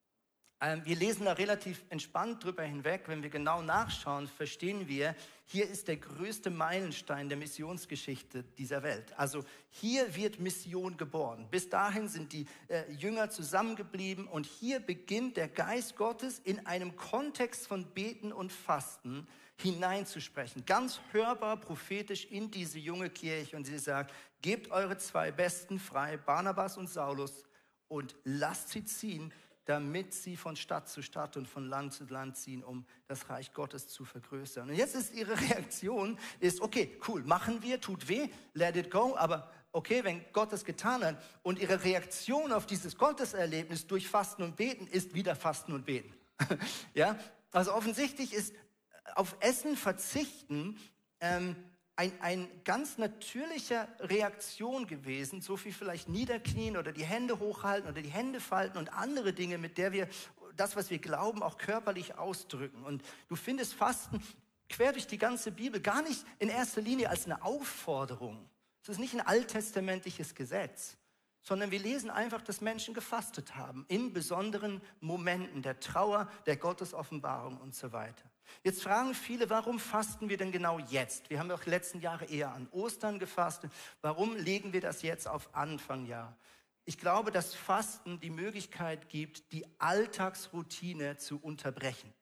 Ähm, wir lesen da relativ entspannt drüber hinweg. Wenn wir genau nachschauen, verstehen wir, hier ist der größte Meilenstein der Missionsgeschichte dieser Welt. Also hier wird Mission geboren. Bis dahin sind die äh, Jünger zusammengeblieben und hier beginnt der Geist Gottes in einem Kontext von Beten und Fasten hineinzusprechen. Ganz hörbar, prophetisch in diese junge Kirche. Und sie sagt, gebt eure zwei Besten frei, Barnabas und Saulus, und lasst sie ziehen, damit sie von Stadt zu Stadt und von Land zu Land ziehen, um das Reich Gottes zu vergrößern. Und jetzt ist ihre Reaktion, ist, okay, cool, machen wir, tut weh, let it go, aber okay, wenn Gott es getan hat und ihre Reaktion auf dieses Gotteserlebnis durch Fasten und Beten ist wieder Fasten und Beten. Ja, also offensichtlich ist auf Essen verzichten ähm, Ein, ein ganz natürlicher Reaktion gewesen, so wie vielleicht niederknien oder die Hände hochhalten oder die Hände falten und andere Dinge, mit der wir das, was wir glauben, auch körperlich ausdrücken. Und du findest Fasten quer durch die ganze Bibel gar nicht in erster Linie als eine Aufforderung. Es ist nicht ein alttestamentliches Gesetz, sondern wir lesen einfach, dass Menschen gefastet haben in besonderen Momenten der Trauer, der Gottesoffenbarung und so weiter. Jetzt fragen viele, warum fasten wir denn genau jetzt? Wir haben doch die letzten Jahre eher an Ostern gefastet. Warum legen wir das jetzt auf Anfang Jahr? Ich glaube, dass Fasten die Möglichkeit gibt, die Alltagsroutine zu unterbrechen.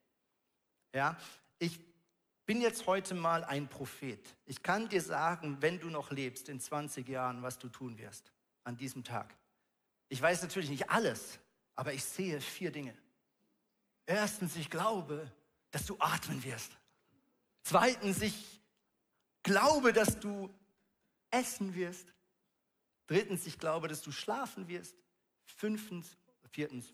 Ja, ich bin jetzt heute mal ein Prophet. Ich kann dir sagen, wenn du noch lebst in zwanzig Jahren, was du tun wirst an diesem Tag. Ich weiß natürlich nicht alles, aber ich sehe vier Dinge. Erstens, ich glaube, dass du atmen wirst. Zweitens, ich glaube, dass du essen wirst. Drittens, ich glaube, dass du schlafen wirst. Fünftens, viertens,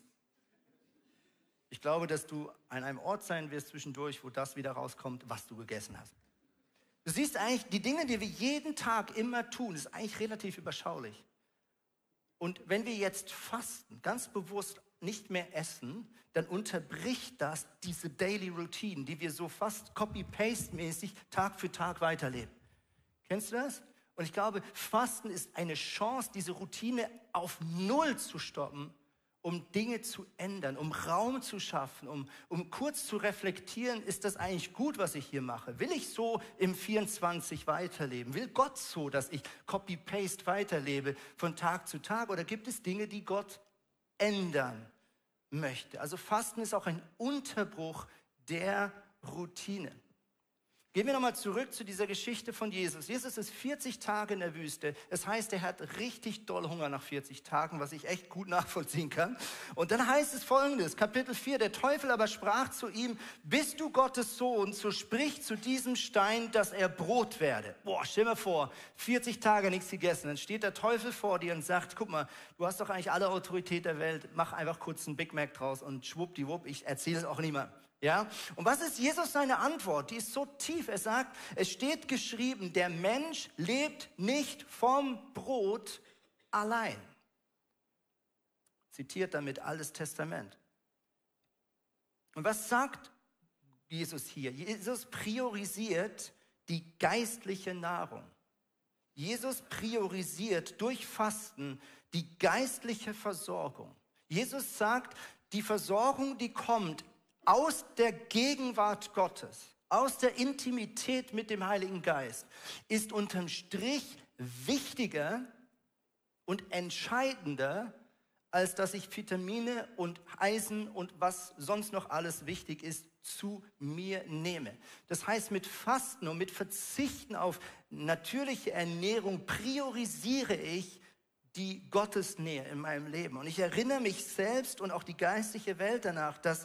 ich glaube, dass du an einem Ort sein wirst zwischendurch, wo das wieder rauskommt, was du gegessen hast. Du siehst eigentlich, die Dinge, die wir jeden Tag immer tun, ist eigentlich relativ überschaulich. Und wenn wir jetzt fasten, ganz bewusst nicht mehr essen, dann unterbricht das diese Daily Routine, die wir so fast Copy-Paste-mäßig Tag für Tag weiterleben. Kennst du das? Und ich glaube, Fasten ist eine Chance, diese Routine auf Null zu stoppen, um Dinge zu ändern, um Raum zu schaffen, um, um kurz zu reflektieren, ist das eigentlich gut, was ich hier mache? Will ich so im vierundzwanzig weiterleben? Will Gott so, dass ich Copy-Paste weiterlebe von Tag zu Tag? Oder gibt es Dinge, die Gott ändern möchte? Also Fasten ist auch ein Unterbruch der Routine. Gehen wir nochmal zurück zu dieser Geschichte von Jesus. Jesus ist vierzig Tage in der Wüste. Das heißt, er hat richtig doll Hunger nach vierzig Tagen, was ich echt gut nachvollziehen kann. Und dann heißt es Folgendes, Kapitel vier, der Teufel aber sprach zu ihm, bist du Gottes Sohn, so sprich zu diesem Stein, dass er Brot werde. Boah, stell dir mal vor, vierzig Tage nichts gegessen. Dann steht der Teufel vor dir und sagt, guck mal, du hast doch eigentlich alle Autorität der Welt, mach einfach kurz einen Big Mac draus und schwuppdiwupp, ich erzähle es auch niemandem. Ja? Und was ist Jesus seine Antwort? Die ist so tief. Er sagt, es steht geschrieben, der Mensch lebt nicht vom Brot allein. Zitiert damit Altes Testament. Und was sagt Jesus hier? Jesus priorisiert die geistliche Nahrung. Jesus priorisiert durch Fasten die geistliche Versorgung. Jesus sagt, die Versorgung, die kommt aus der Gegenwart Gottes, aus der Intimität mit dem Heiligen Geist, ist unterm Strich wichtiger und entscheidender, als dass ich Vitamine und Eisen und was sonst noch alles wichtig ist, zu mir nehme. Das heißt, mit Fasten und mit Verzichten auf natürliche Ernährung priorisiere ich die Gottesnähe in meinem Leben. Und ich erinnere mich selbst und auch die geistliche Welt danach, dass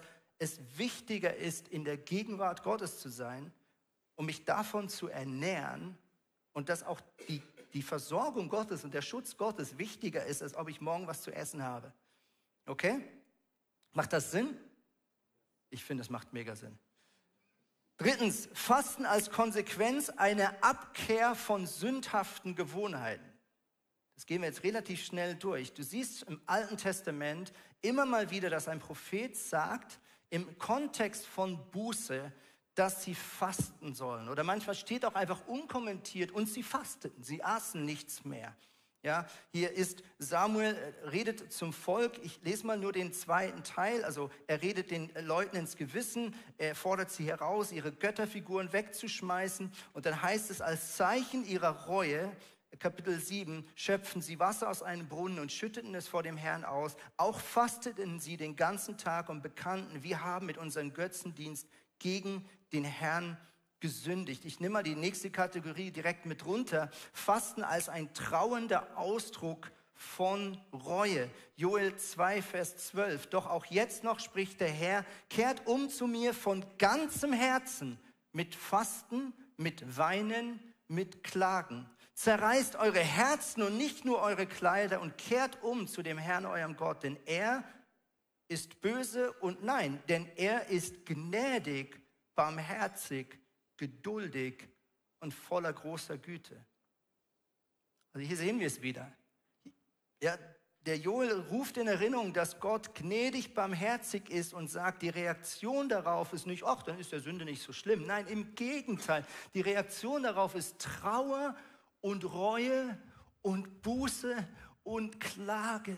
es wichtiger ist, in der Gegenwart Gottes zu sein, um mich davon zu ernähren und dass auch die, die Versorgung Gottes und der Schutz Gottes wichtiger ist, als ob ich morgen was zu essen habe. Okay? Macht das Sinn? Ich finde, es macht mega Sinn. Drittens, Fasten als Konsequenz einer Abkehr von sündhaften Gewohnheiten. Das gehen wir jetzt relativ schnell durch. Du siehst im Alten Testament immer mal wieder, dass ein Prophet sagt, im Kontext von Buße, dass sie fasten sollen. Oder manchmal steht auch einfach unkommentiert, und sie fasteten, sie aßen nichts mehr. Ja, hier ist Samuel, redet zum Volk, ich lese mal nur den zweiten Teil, also er redet den Leuten ins Gewissen, er fordert sie heraus, ihre Götterfiguren wegzuschmeißen, und dann heißt es, als Zeichen ihrer Reue, Kapitel sieben, schöpften sie Wasser aus einem Brunnen und schütteten es vor dem Herrn aus, auch fasteten sie den ganzen Tag und bekannten, wir haben mit unserem Götzendienst gegen den Herrn gesündigt. Ich nehme mal die nächste Kategorie direkt mit runter. Fasten als ein trauernder Ausdruck von Reue. Joel zwei, Vers zwölf. Doch auch jetzt noch spricht der Herr, kehrt um zu mir von ganzem Herzen, mit Fasten, mit Weinen, mit Klagen. Zerreißt eure Herzen und nicht nur eure Kleider und kehrt um zu dem Herrn, eurem Gott, denn er ist böse und nein, denn er ist gnädig, barmherzig, geduldig und voller großer Güte. Also hier sehen wir es wieder. Ja, der Joel ruft in Erinnerung, dass Gott gnädig, barmherzig ist und sagt, die Reaktion darauf ist nicht, ach, dann ist der Sünde nicht so schlimm. Nein, im Gegenteil. Die Reaktion darauf ist Trauer und Reue und Buße und Klagen.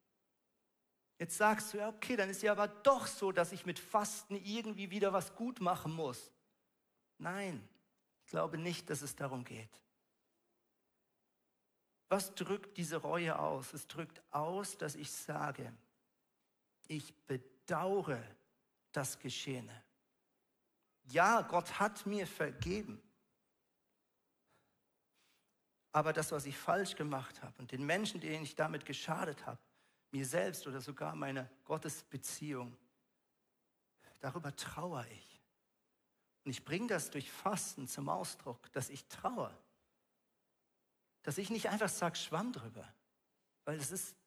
Jetzt sagst du, ja okay, dann ist ja aber doch so, dass ich mit Fasten irgendwie wieder was gut machen muss. Nein, ich glaube nicht, dass es darum geht. Was drückt diese Reue aus? Es drückt aus, dass ich sage, ich bedauere das Geschehene. Ja, Gott hat mir vergeben. Aber das, was ich falsch gemacht habe und den Menschen, denen ich damit geschadet habe, mir selbst oder sogar meiner Gottesbeziehung, darüber trauere ich. Und ich bringe das durch Fasten zum Ausdruck, dass ich trauere. Dass ich nicht einfach sage, schwamm drüber, weil es ist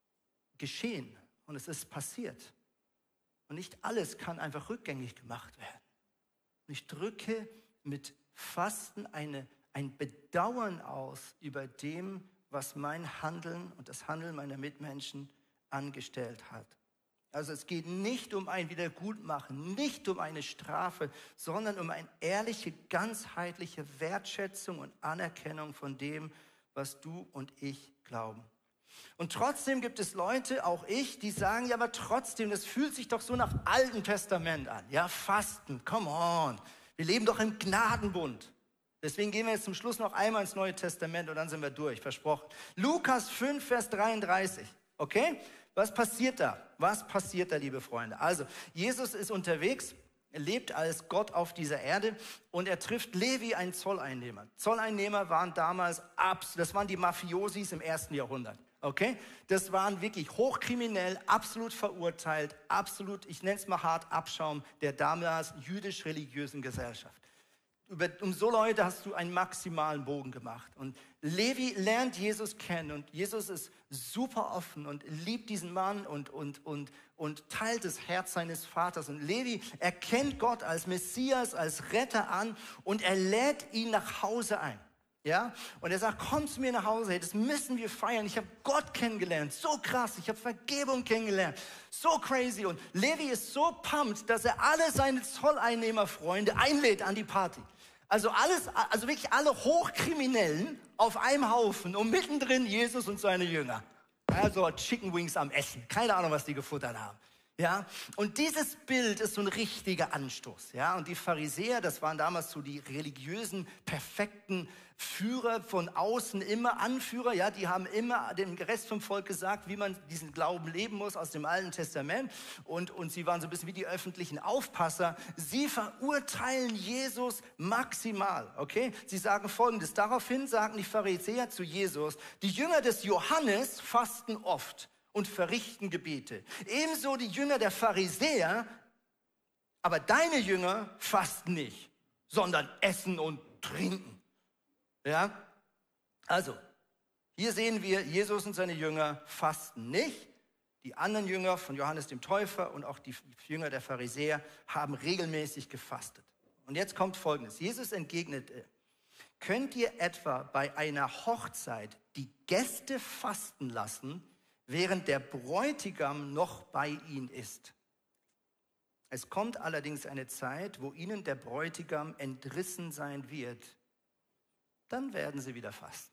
geschehen und es ist passiert. Und nicht alles kann einfach rückgängig gemacht werden. Und ich drücke mit Fasten eine, ein Bedauern aus über dem, was mein Handeln und das Handeln meiner Mitmenschen angestellt hat. Also es geht nicht um ein Wiedergutmachen, nicht um eine Strafe, sondern um eine ehrliche, ganzheitliche Wertschätzung und Anerkennung von dem, was du und ich glauben. Und trotzdem gibt es Leute, auch ich, die sagen, ja, aber trotzdem, das fühlt sich doch so nach Alten Testament an. Ja, Fasten, come on. Wir leben doch im Gnadenbund. Deswegen gehen wir jetzt zum Schluss noch einmal ins Neue Testament und dann sind wir durch, versprochen. Lukas fünf, Vers dreiunddreißig, okay? Was passiert da? Was passiert da, liebe Freunde? Also, Jesus ist unterwegs, er lebt als Gott auf dieser Erde und er trifft Levi, einen Zolleinnehmer. Zolleinnehmer waren damals, das waren die Mafiosis im ersten Jahrhundert. Okay? Das waren wirklich hochkriminell, absolut verurteilt, absolut, ich nenne es mal hart, Abschaum der damals jüdisch-religiösen Gesellschaft. Über, um so Leute hast du einen maximalen Bogen gemacht. Und Levi lernt Jesus kennen und Jesus ist super offen und liebt diesen Mann und, und, und, und teilt das Herz seines Vaters. Und Levi erkennt Gott als Messias, als Retter an und er lädt ihn nach Hause ein. Ja? Und er sagt, komm zu mir nach Hause, hey, das müssen wir feiern. Ich habe Gott kennengelernt, so krass, ich habe Vergebung kennengelernt, so crazy. Und Levi ist so pumped, dass er alle seine Zolleinnehmerfreunde einlädt an die Party. Also alles, also wirklich alle Hochkriminellen auf einem Haufen und mittendrin Jesus und seine Jünger. Also Chicken Wings am Essen. Keine Ahnung, was die gefuttert haben. Ja, und dieses Bild ist so ein richtiger Anstoß. Ja, und die Pharisäer, das waren damals so die religiösen, perfekten Führer von außen, immer Anführer. Ja, die haben immer dem Rest vom Volk gesagt, wie man diesen Glauben leben muss aus dem Alten Testament. Und, und sie waren so ein bisschen wie die öffentlichen Aufpasser. Sie verurteilen Jesus maximal. Okay, sie sagen Folgendes. Daraufhin sagen die Pharisäer zu Jesus, die Jünger des Johannes fasten oft und verrichten Gebete. Ebenso die Jünger der Pharisäer aber deine Jünger fasten nicht, sondern essen und trinken. Ja? Also, hier sehen wir, Jesus und seine Jünger fasten nicht. Die anderen Jünger von Johannes dem Täufer und auch die Jünger der Pharisäer haben regelmäßig gefastet. Und jetzt kommt Folgendes. Jesus entgegnete: Könnt ihr etwa bei einer Hochzeit die Gäste fasten lassen, während der Bräutigam noch bei ihnen ist? Es kommt allerdings eine Zeit, wo ihnen der Bräutigam entrissen sein wird. Dann werden sie wieder fasten.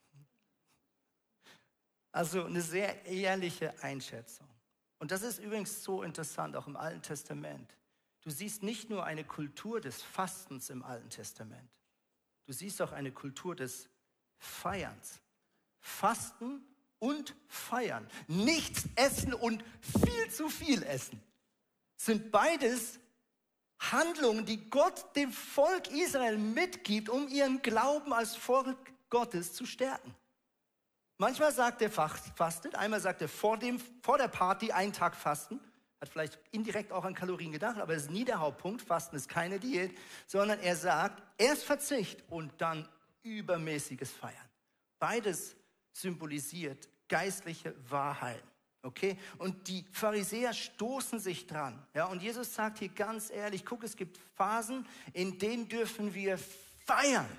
Also eine sehr ehrliche Einschätzung. Und das ist übrigens so interessant, auch im Alten Testament. Du siehst nicht nur eine Kultur des Fastens im Alten Testament. Du siehst auch eine Kultur des Feierns. Fasten und feiern. Nichts essen und viel zu viel essen. Sind beides Handlungen, die Gott dem Volk Israel mitgibt, um ihren Glauben als Volk Gottes zu stärken. Manchmal sagt er fastet, einmal sagt er vor, dem, vor der Party einen Tag fasten, hat vielleicht indirekt auch an Kalorien gedacht, aber das ist nie der Hauptpunkt. Fasten ist keine Diät, sondern er sagt, erst Verzicht und dann übermäßiges Feiern. Beides symbolisiert geistliche Wahrheiten. Okay? Und die Pharisäer stoßen sich dran. Ja? Und Jesus sagt hier ganz ehrlich, guck, es gibt Phasen, in denen dürfen wir feiern.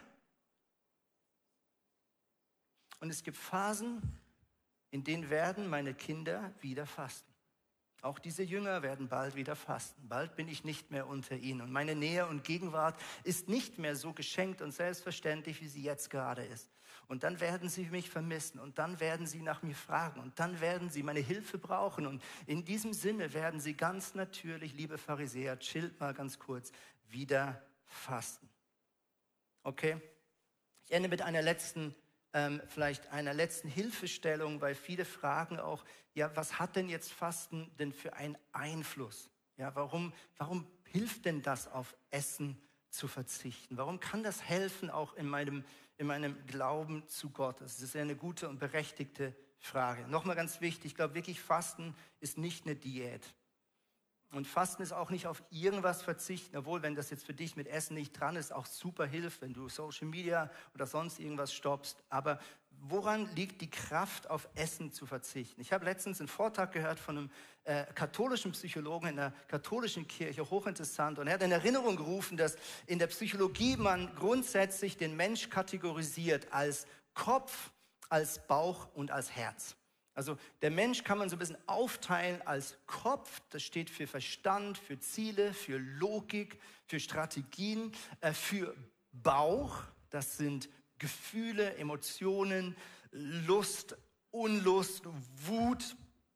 Und es gibt Phasen, in denen werden meine Kinder wieder fasten. Auch diese Jünger werden bald wieder fasten. Bald bin ich nicht mehr unter ihnen. Und meine Nähe und Gegenwart ist nicht mehr so geschenkt und selbstverständlich, wie sie jetzt gerade ist. Und dann werden sie mich vermissen. Und dann werden sie nach mir fragen. Und dann werden sie meine Hilfe brauchen. Und in diesem Sinne werden sie ganz natürlich, liebe Pharisäer, chillt mal ganz kurz, wieder fasten. Okay? Ich ende mit einer letzten Ähm, vielleicht einer letzten Hilfestellung, weil viele fragen auch, ja, was hat denn jetzt Fasten denn für einen Einfluss? Ja, warum, warum hilft denn das, auf Essen zu verzichten? Warum kann das helfen, auch in meinem, in meinem Glauben zu Gott? Das ist ja eine gute und berechtigte Frage. Nochmal ganz wichtig, ich glaube wirklich, Fasten ist nicht eine Diät. Und Fasten ist auch nicht auf irgendwas verzichten, obwohl, wenn das jetzt für dich mit Essen nicht dran ist, auch super hilft, wenn du Social Media oder sonst irgendwas stoppst. Aber woran liegt die Kraft, auf Essen zu verzichten? Ich habe letztens einen Vortrag gehört von einem äh, katholischen Psychologen in der katholischen Kirche, hochinteressant. Und er hat in Erinnerung gerufen, dass in der Psychologie man grundsätzlich den Mensch kategorisiert als Kopf, als Bauch und als Herz. Also der Mensch kann man so ein bisschen aufteilen als Kopf, das steht für Verstand, für Ziele, für Logik, für Strategien, äh, für Bauch, das sind Gefühle, Emotionen, Lust, Unlust, Wut,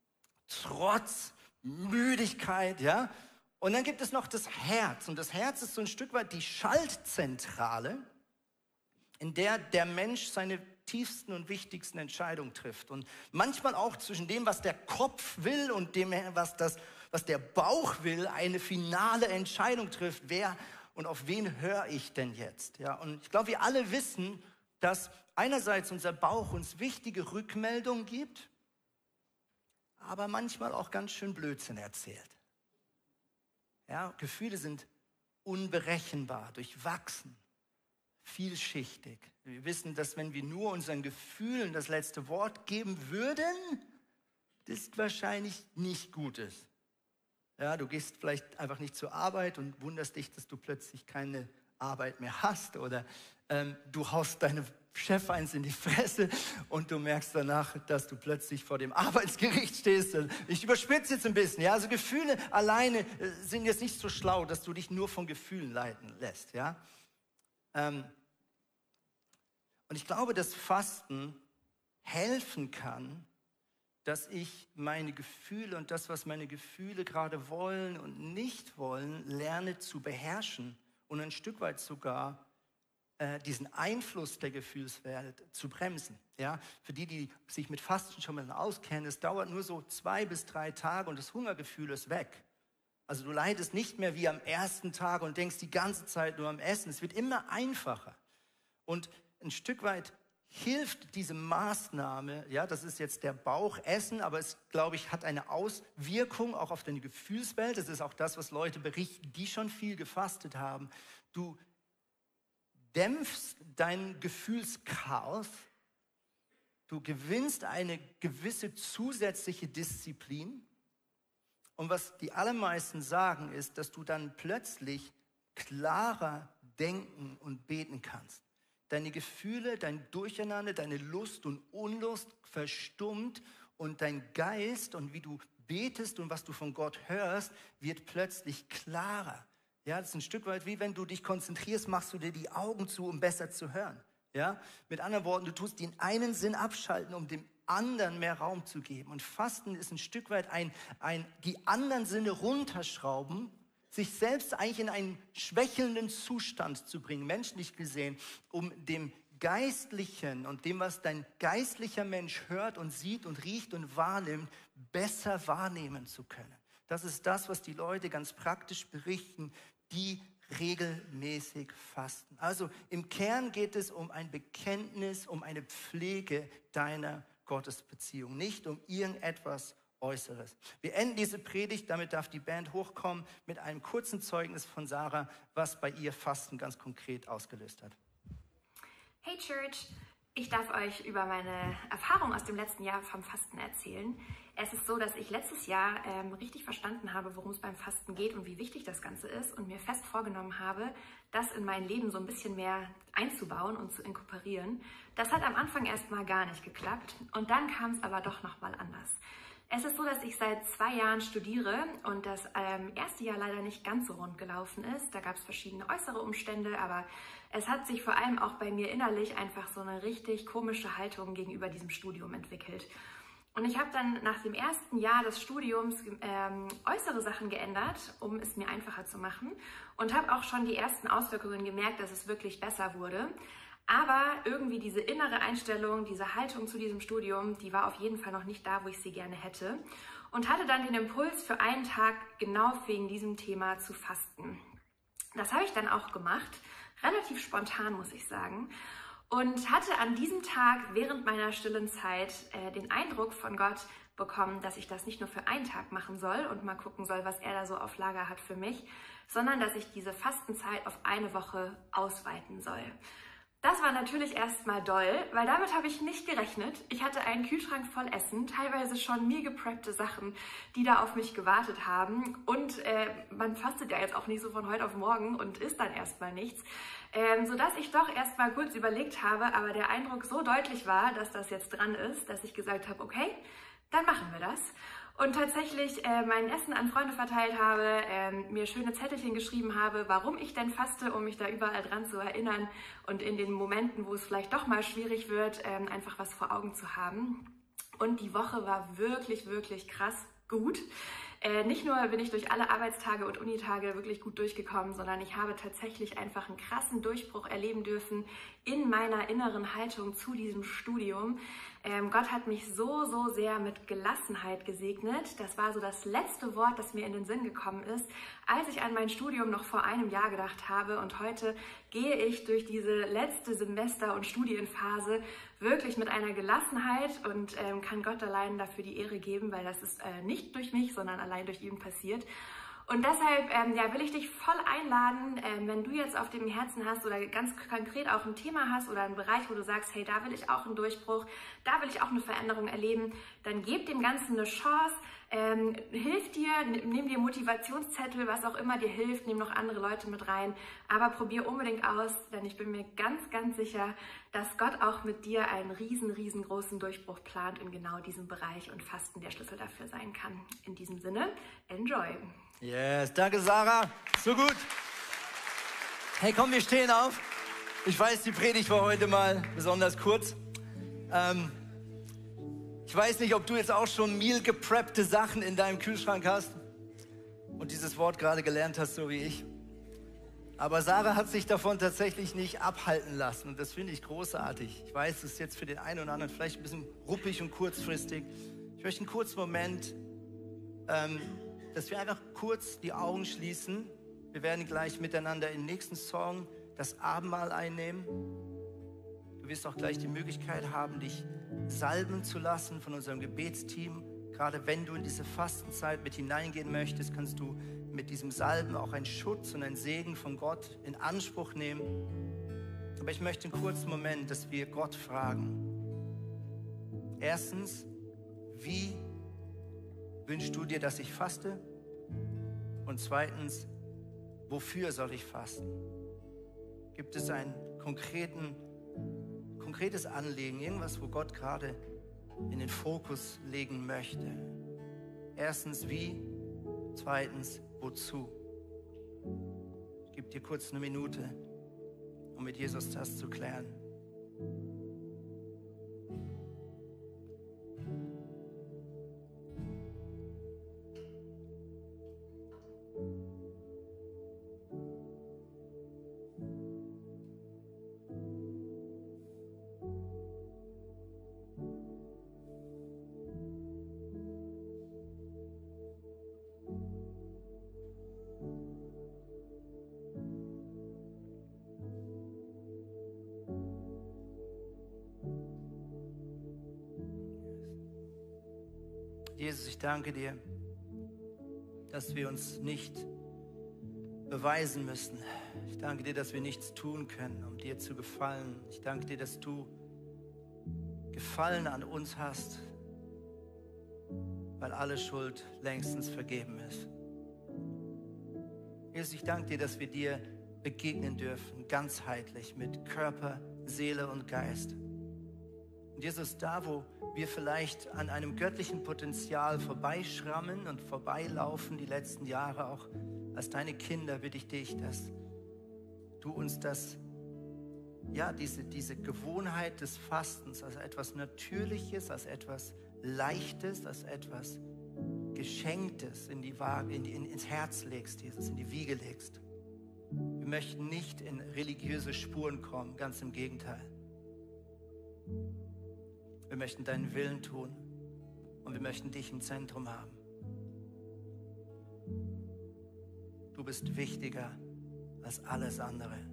Trotz, Müdigkeit, ja. Und dann gibt es noch das Herz und das Herz ist so ein Stück weit die Schaltzentrale, in der der Mensch seine tiefsten und wichtigsten Entscheidungen trifft. Und manchmal auch zwischen dem, was der Kopf will und dem, was, das, was der Bauch will, eine finale Entscheidung trifft. Wer und auf wen höre ich denn jetzt? Ja, und ich glaube, wir alle wissen, dass einerseits unser Bauch uns wichtige Rückmeldungen gibt, aber manchmal auch ganz schön Blödsinn erzählt. Ja, Gefühle sind unberechenbar, durchwachsen, vielschichtig. Wir wissen, dass wenn wir nur unseren Gefühlen das letzte Wort geben würden, das wahrscheinlich nicht gut ist. Ja, du gehst vielleicht einfach nicht zur Arbeit und wunderst dich, dass du plötzlich keine Arbeit mehr hast oder ähm, du haust deinem Chef eins in die Fresse und du merkst danach, dass du plötzlich vor dem Arbeitsgericht stehst. Ich überspitze jetzt ein bisschen. Ja? Also Gefühle alleine sind jetzt nicht so schlau, dass du dich nur von Gefühlen leiten lässt. Ja? Ähm, und ich glaube, dass Fasten helfen kann, dass ich meine Gefühle und das, was meine Gefühle gerade wollen und nicht wollen, lerne zu beherrschen und ein Stück weit sogar äh, diesen Einfluss der Gefühlswelt zu bremsen. Ja? Für die, die sich mit Fasten schon mal auskennen, es dauert nur so zwei bis drei Tage und das Hungergefühl ist weg. Also du leidest nicht mehr wie am ersten Tag und denkst die ganze Zeit nur am Essen. Es wird immer einfacher. Und ein Stück weit hilft diese Maßnahme, ja, das ist jetzt der Bauchessen, aber es, glaube ich, hat eine Auswirkung auch auf deine Gefühlswelt. Das ist auch das, was Leute berichten, die schon viel gefastet haben. Du dämpfst dein Gefühlschaos, du gewinnst eine gewisse zusätzliche Disziplin. Und was die allermeisten sagen, ist, dass du dann plötzlich klarer denken und beten kannst. Deine Gefühle, dein Durcheinander, deine Lust und Unlust verstummt und dein Geist und wie du betest und was du von Gott hörst, wird plötzlich klarer. Ja, das ist ein Stück weit wie wenn du dich konzentrierst, machst du dir die Augen zu, um besser zu hören. Ja, mit anderen Worten, du tust den einen Sinn abschalten, um dem anderen mehr Raum zu geben. Und Fasten ist ein Stück weit ein, ein die anderen Sinne runterschrauben, sich selbst eigentlich in einen schwächelnden Zustand zu bringen, menschlich gesehen, um dem Geistlichen und dem, was dein geistlicher Mensch hört und sieht und riecht und wahrnimmt, besser wahrnehmen zu können. Das ist das, was die Leute ganz praktisch berichten, die regelmäßig fasten. Also im Kern geht es um ein Bekenntnis, um eine Pflege deiner Gottesbeziehung, nicht um irgendetwas Äußeres. Wir enden diese Predigt, damit darf die Band hochkommen, mit einem kurzen Zeugnis von Sarah, was bei ihr Fasten ganz konkret ausgelöst hat. Hey Church, ich darf euch über meine Erfahrung aus dem letzten Jahr vom Fasten erzählen. Es ist so, dass ich letztes Jahr ähm, richtig verstanden habe, worum es beim Fasten geht und wie wichtig das Ganze ist und mir fest vorgenommen habe, das in mein Leben so ein bisschen mehr einzubauen und zu inkorporieren. Das hat am Anfang erstmal gar nicht geklappt und dann kam es aber doch nochmal anders. Es ist so, dass ich seit zwei Jahren studiere und das ähm, erste Jahr leider nicht ganz so rund gelaufen ist. Da gab es verschiedene äußere Umstände, aber es hat sich vor allem auch bei mir innerlich einfach so eine richtig komische Haltung gegenüber diesem Studium entwickelt. Und ich habe dann nach dem ersten Jahr des Studiums ähm, äußere Sachen geändert, um es mir einfacher zu machen und habe auch schon die ersten Auswirkungen gemerkt, dass es wirklich besser wurde. Aber irgendwie diese innere Einstellung, diese Haltung zu diesem Studium, die war auf jeden Fall noch nicht da, wo ich sie gerne hätte. Und hatte dann den Impuls für einen Tag genau wegen diesem Thema zu fasten. Das habe ich dann auch gemacht, relativ spontan muss ich sagen. Und hatte an diesem Tag während meiner stillen Zeit äh, den Eindruck von Gott bekommen, dass ich das nicht nur für einen Tag machen soll und mal gucken soll, was er da so auf Lager hat für mich, sondern dass ich diese Fastenzeit auf eine Woche ausweiten soll. Das war natürlich erstmal doll, weil damit habe ich nicht gerechnet. Ich hatte einen Kühlschrank voll Essen, teilweise schon mir gepreppte Sachen, die da auf mich gewartet haben. Und äh, man fastet ja jetzt auch nicht so von heute auf morgen und isst dann erstmal nichts. Ähm, sodass ich doch erstmal kurz überlegt habe, aber der Eindruck so deutlich war, dass das jetzt dran ist, dass ich gesagt habe, okay, dann machen wir das. Und tatsächlich äh, mein Essen an Freunde verteilt habe, äh, mir schöne Zettelchen geschrieben habe, warum ich denn faste, um mich da überall dran zu erinnern und in den Momenten, wo es vielleicht doch mal schwierig wird, äh, einfach was vor Augen zu haben. Und die Woche war wirklich, wirklich krass gut. Äh, nicht nur bin ich durch alle Arbeitstage und Unitage wirklich gut durchgekommen, sondern ich habe tatsächlich einfach einen krassen Durchbruch erleben dürfen in meiner inneren Haltung zu diesem Studium. Ähm, Gott hat mich so, so sehr mit Gelassenheit gesegnet. Das war so das letzte Wort, das mir in den Sinn gekommen ist, als ich an mein Studium noch vor einem Jahr gedacht habe. Und heute gehe ich durch diese letzte Semester- und Studienphase wirklich mit einer Gelassenheit und ähm, kann Gott allein dafür die Ehre geben, weil das ist äh, nicht durch mich, sondern allein durch ihn passiert. Und deshalb ähm, ja, will ich dich voll einladen, ähm, wenn du jetzt auf dem Herzen hast oder ganz konkret auch ein Thema hast oder einen Bereich, wo du sagst, hey, da will ich auch einen Durchbruch, da will ich auch eine Veränderung erleben, dann gib dem Ganzen eine Chance, ähm, hilf dir, nimm dir Motivationszettel, was auch immer dir hilft, nimm noch andere Leute mit rein, aber probier unbedingt aus, denn ich bin mir ganz, ganz sicher, dass Gott auch mit dir einen riesen, riesengroßen Durchbruch plant in genau diesem Bereich und Fasten der Schlüssel dafür sein kann. In diesem Sinne, enjoy! Yes, danke Sarah, so gut. Hey, komm, wir stehen auf. Ich weiß, die Predigt war heute mal besonders kurz. Ähm, ich weiß nicht, ob du jetzt auch schon meal gepreppte Sachen in deinem Kühlschrank hast und dieses Wort gerade gelernt hast, so wie ich. Aber Sarah hat sich davon tatsächlich nicht abhalten lassen und das finde ich großartig. Ich weiß, es ist jetzt für den einen oder anderen vielleicht ein bisschen ruppig und kurzfristig. Ich möchte einen kurzen Moment... Ähm, dass wir einfach kurz die Augen schließen. Wir werden gleich miteinander im nächsten Song das Abendmahl einnehmen. Du wirst wirst auch gleich die Möglichkeit haben, dich salben zu lassen von unserem Gebetsteam. Gerade wenn du in diese Fastenzeit mit hineingehen möchtest, kannst du mit diesem Salben auch einen Schutz und einen Segen von Gott in Anspruch nehmen. Aber ich möchte einen kurzen Moment, dass wir Gott fragen. Erstens, wie wünschst du dir, dass ich faste? Und zweitens, wofür soll ich fasten? Gibt es ein konkreten, konkretes Anliegen, irgendwas, wo Gott gerade in den Fokus legen möchte? Erstens, wie? Zweitens, wozu? Ich gebe dir kurz eine Minute, um mit Jesus das zu klären. Jesus, ich danke dir, dass wir uns nicht beweisen müssen. Ich danke dir, dass wir nichts tun können, um dir zu gefallen. Ich danke dir, dass du Gefallen an uns hast, weil alle Schuld längstens vergeben ist. Jesus, ich danke dir, dass wir dir begegnen dürfen, ganzheitlich mit Körper, Seele und Geist. Und Jesus, da wo wir vielleicht an einem göttlichen Potenzial vorbeischrammen und vorbeilaufen die letzten Jahre, auch als deine Kinder, bitte ich dich, dass du uns das, ja, diese, diese Gewohnheit des Fastens als etwas Natürliches, als etwas Leichtes, als etwas Geschenktes in die Waage, in die, in, ins Herz legst, Jesus, in die Wiege legst. Wir möchten nicht in religiöse Spuren kommen, ganz im Gegenteil. Wir möchten deinen Willen tun und wir möchten dich im Zentrum haben. Du bist wichtiger als alles andere.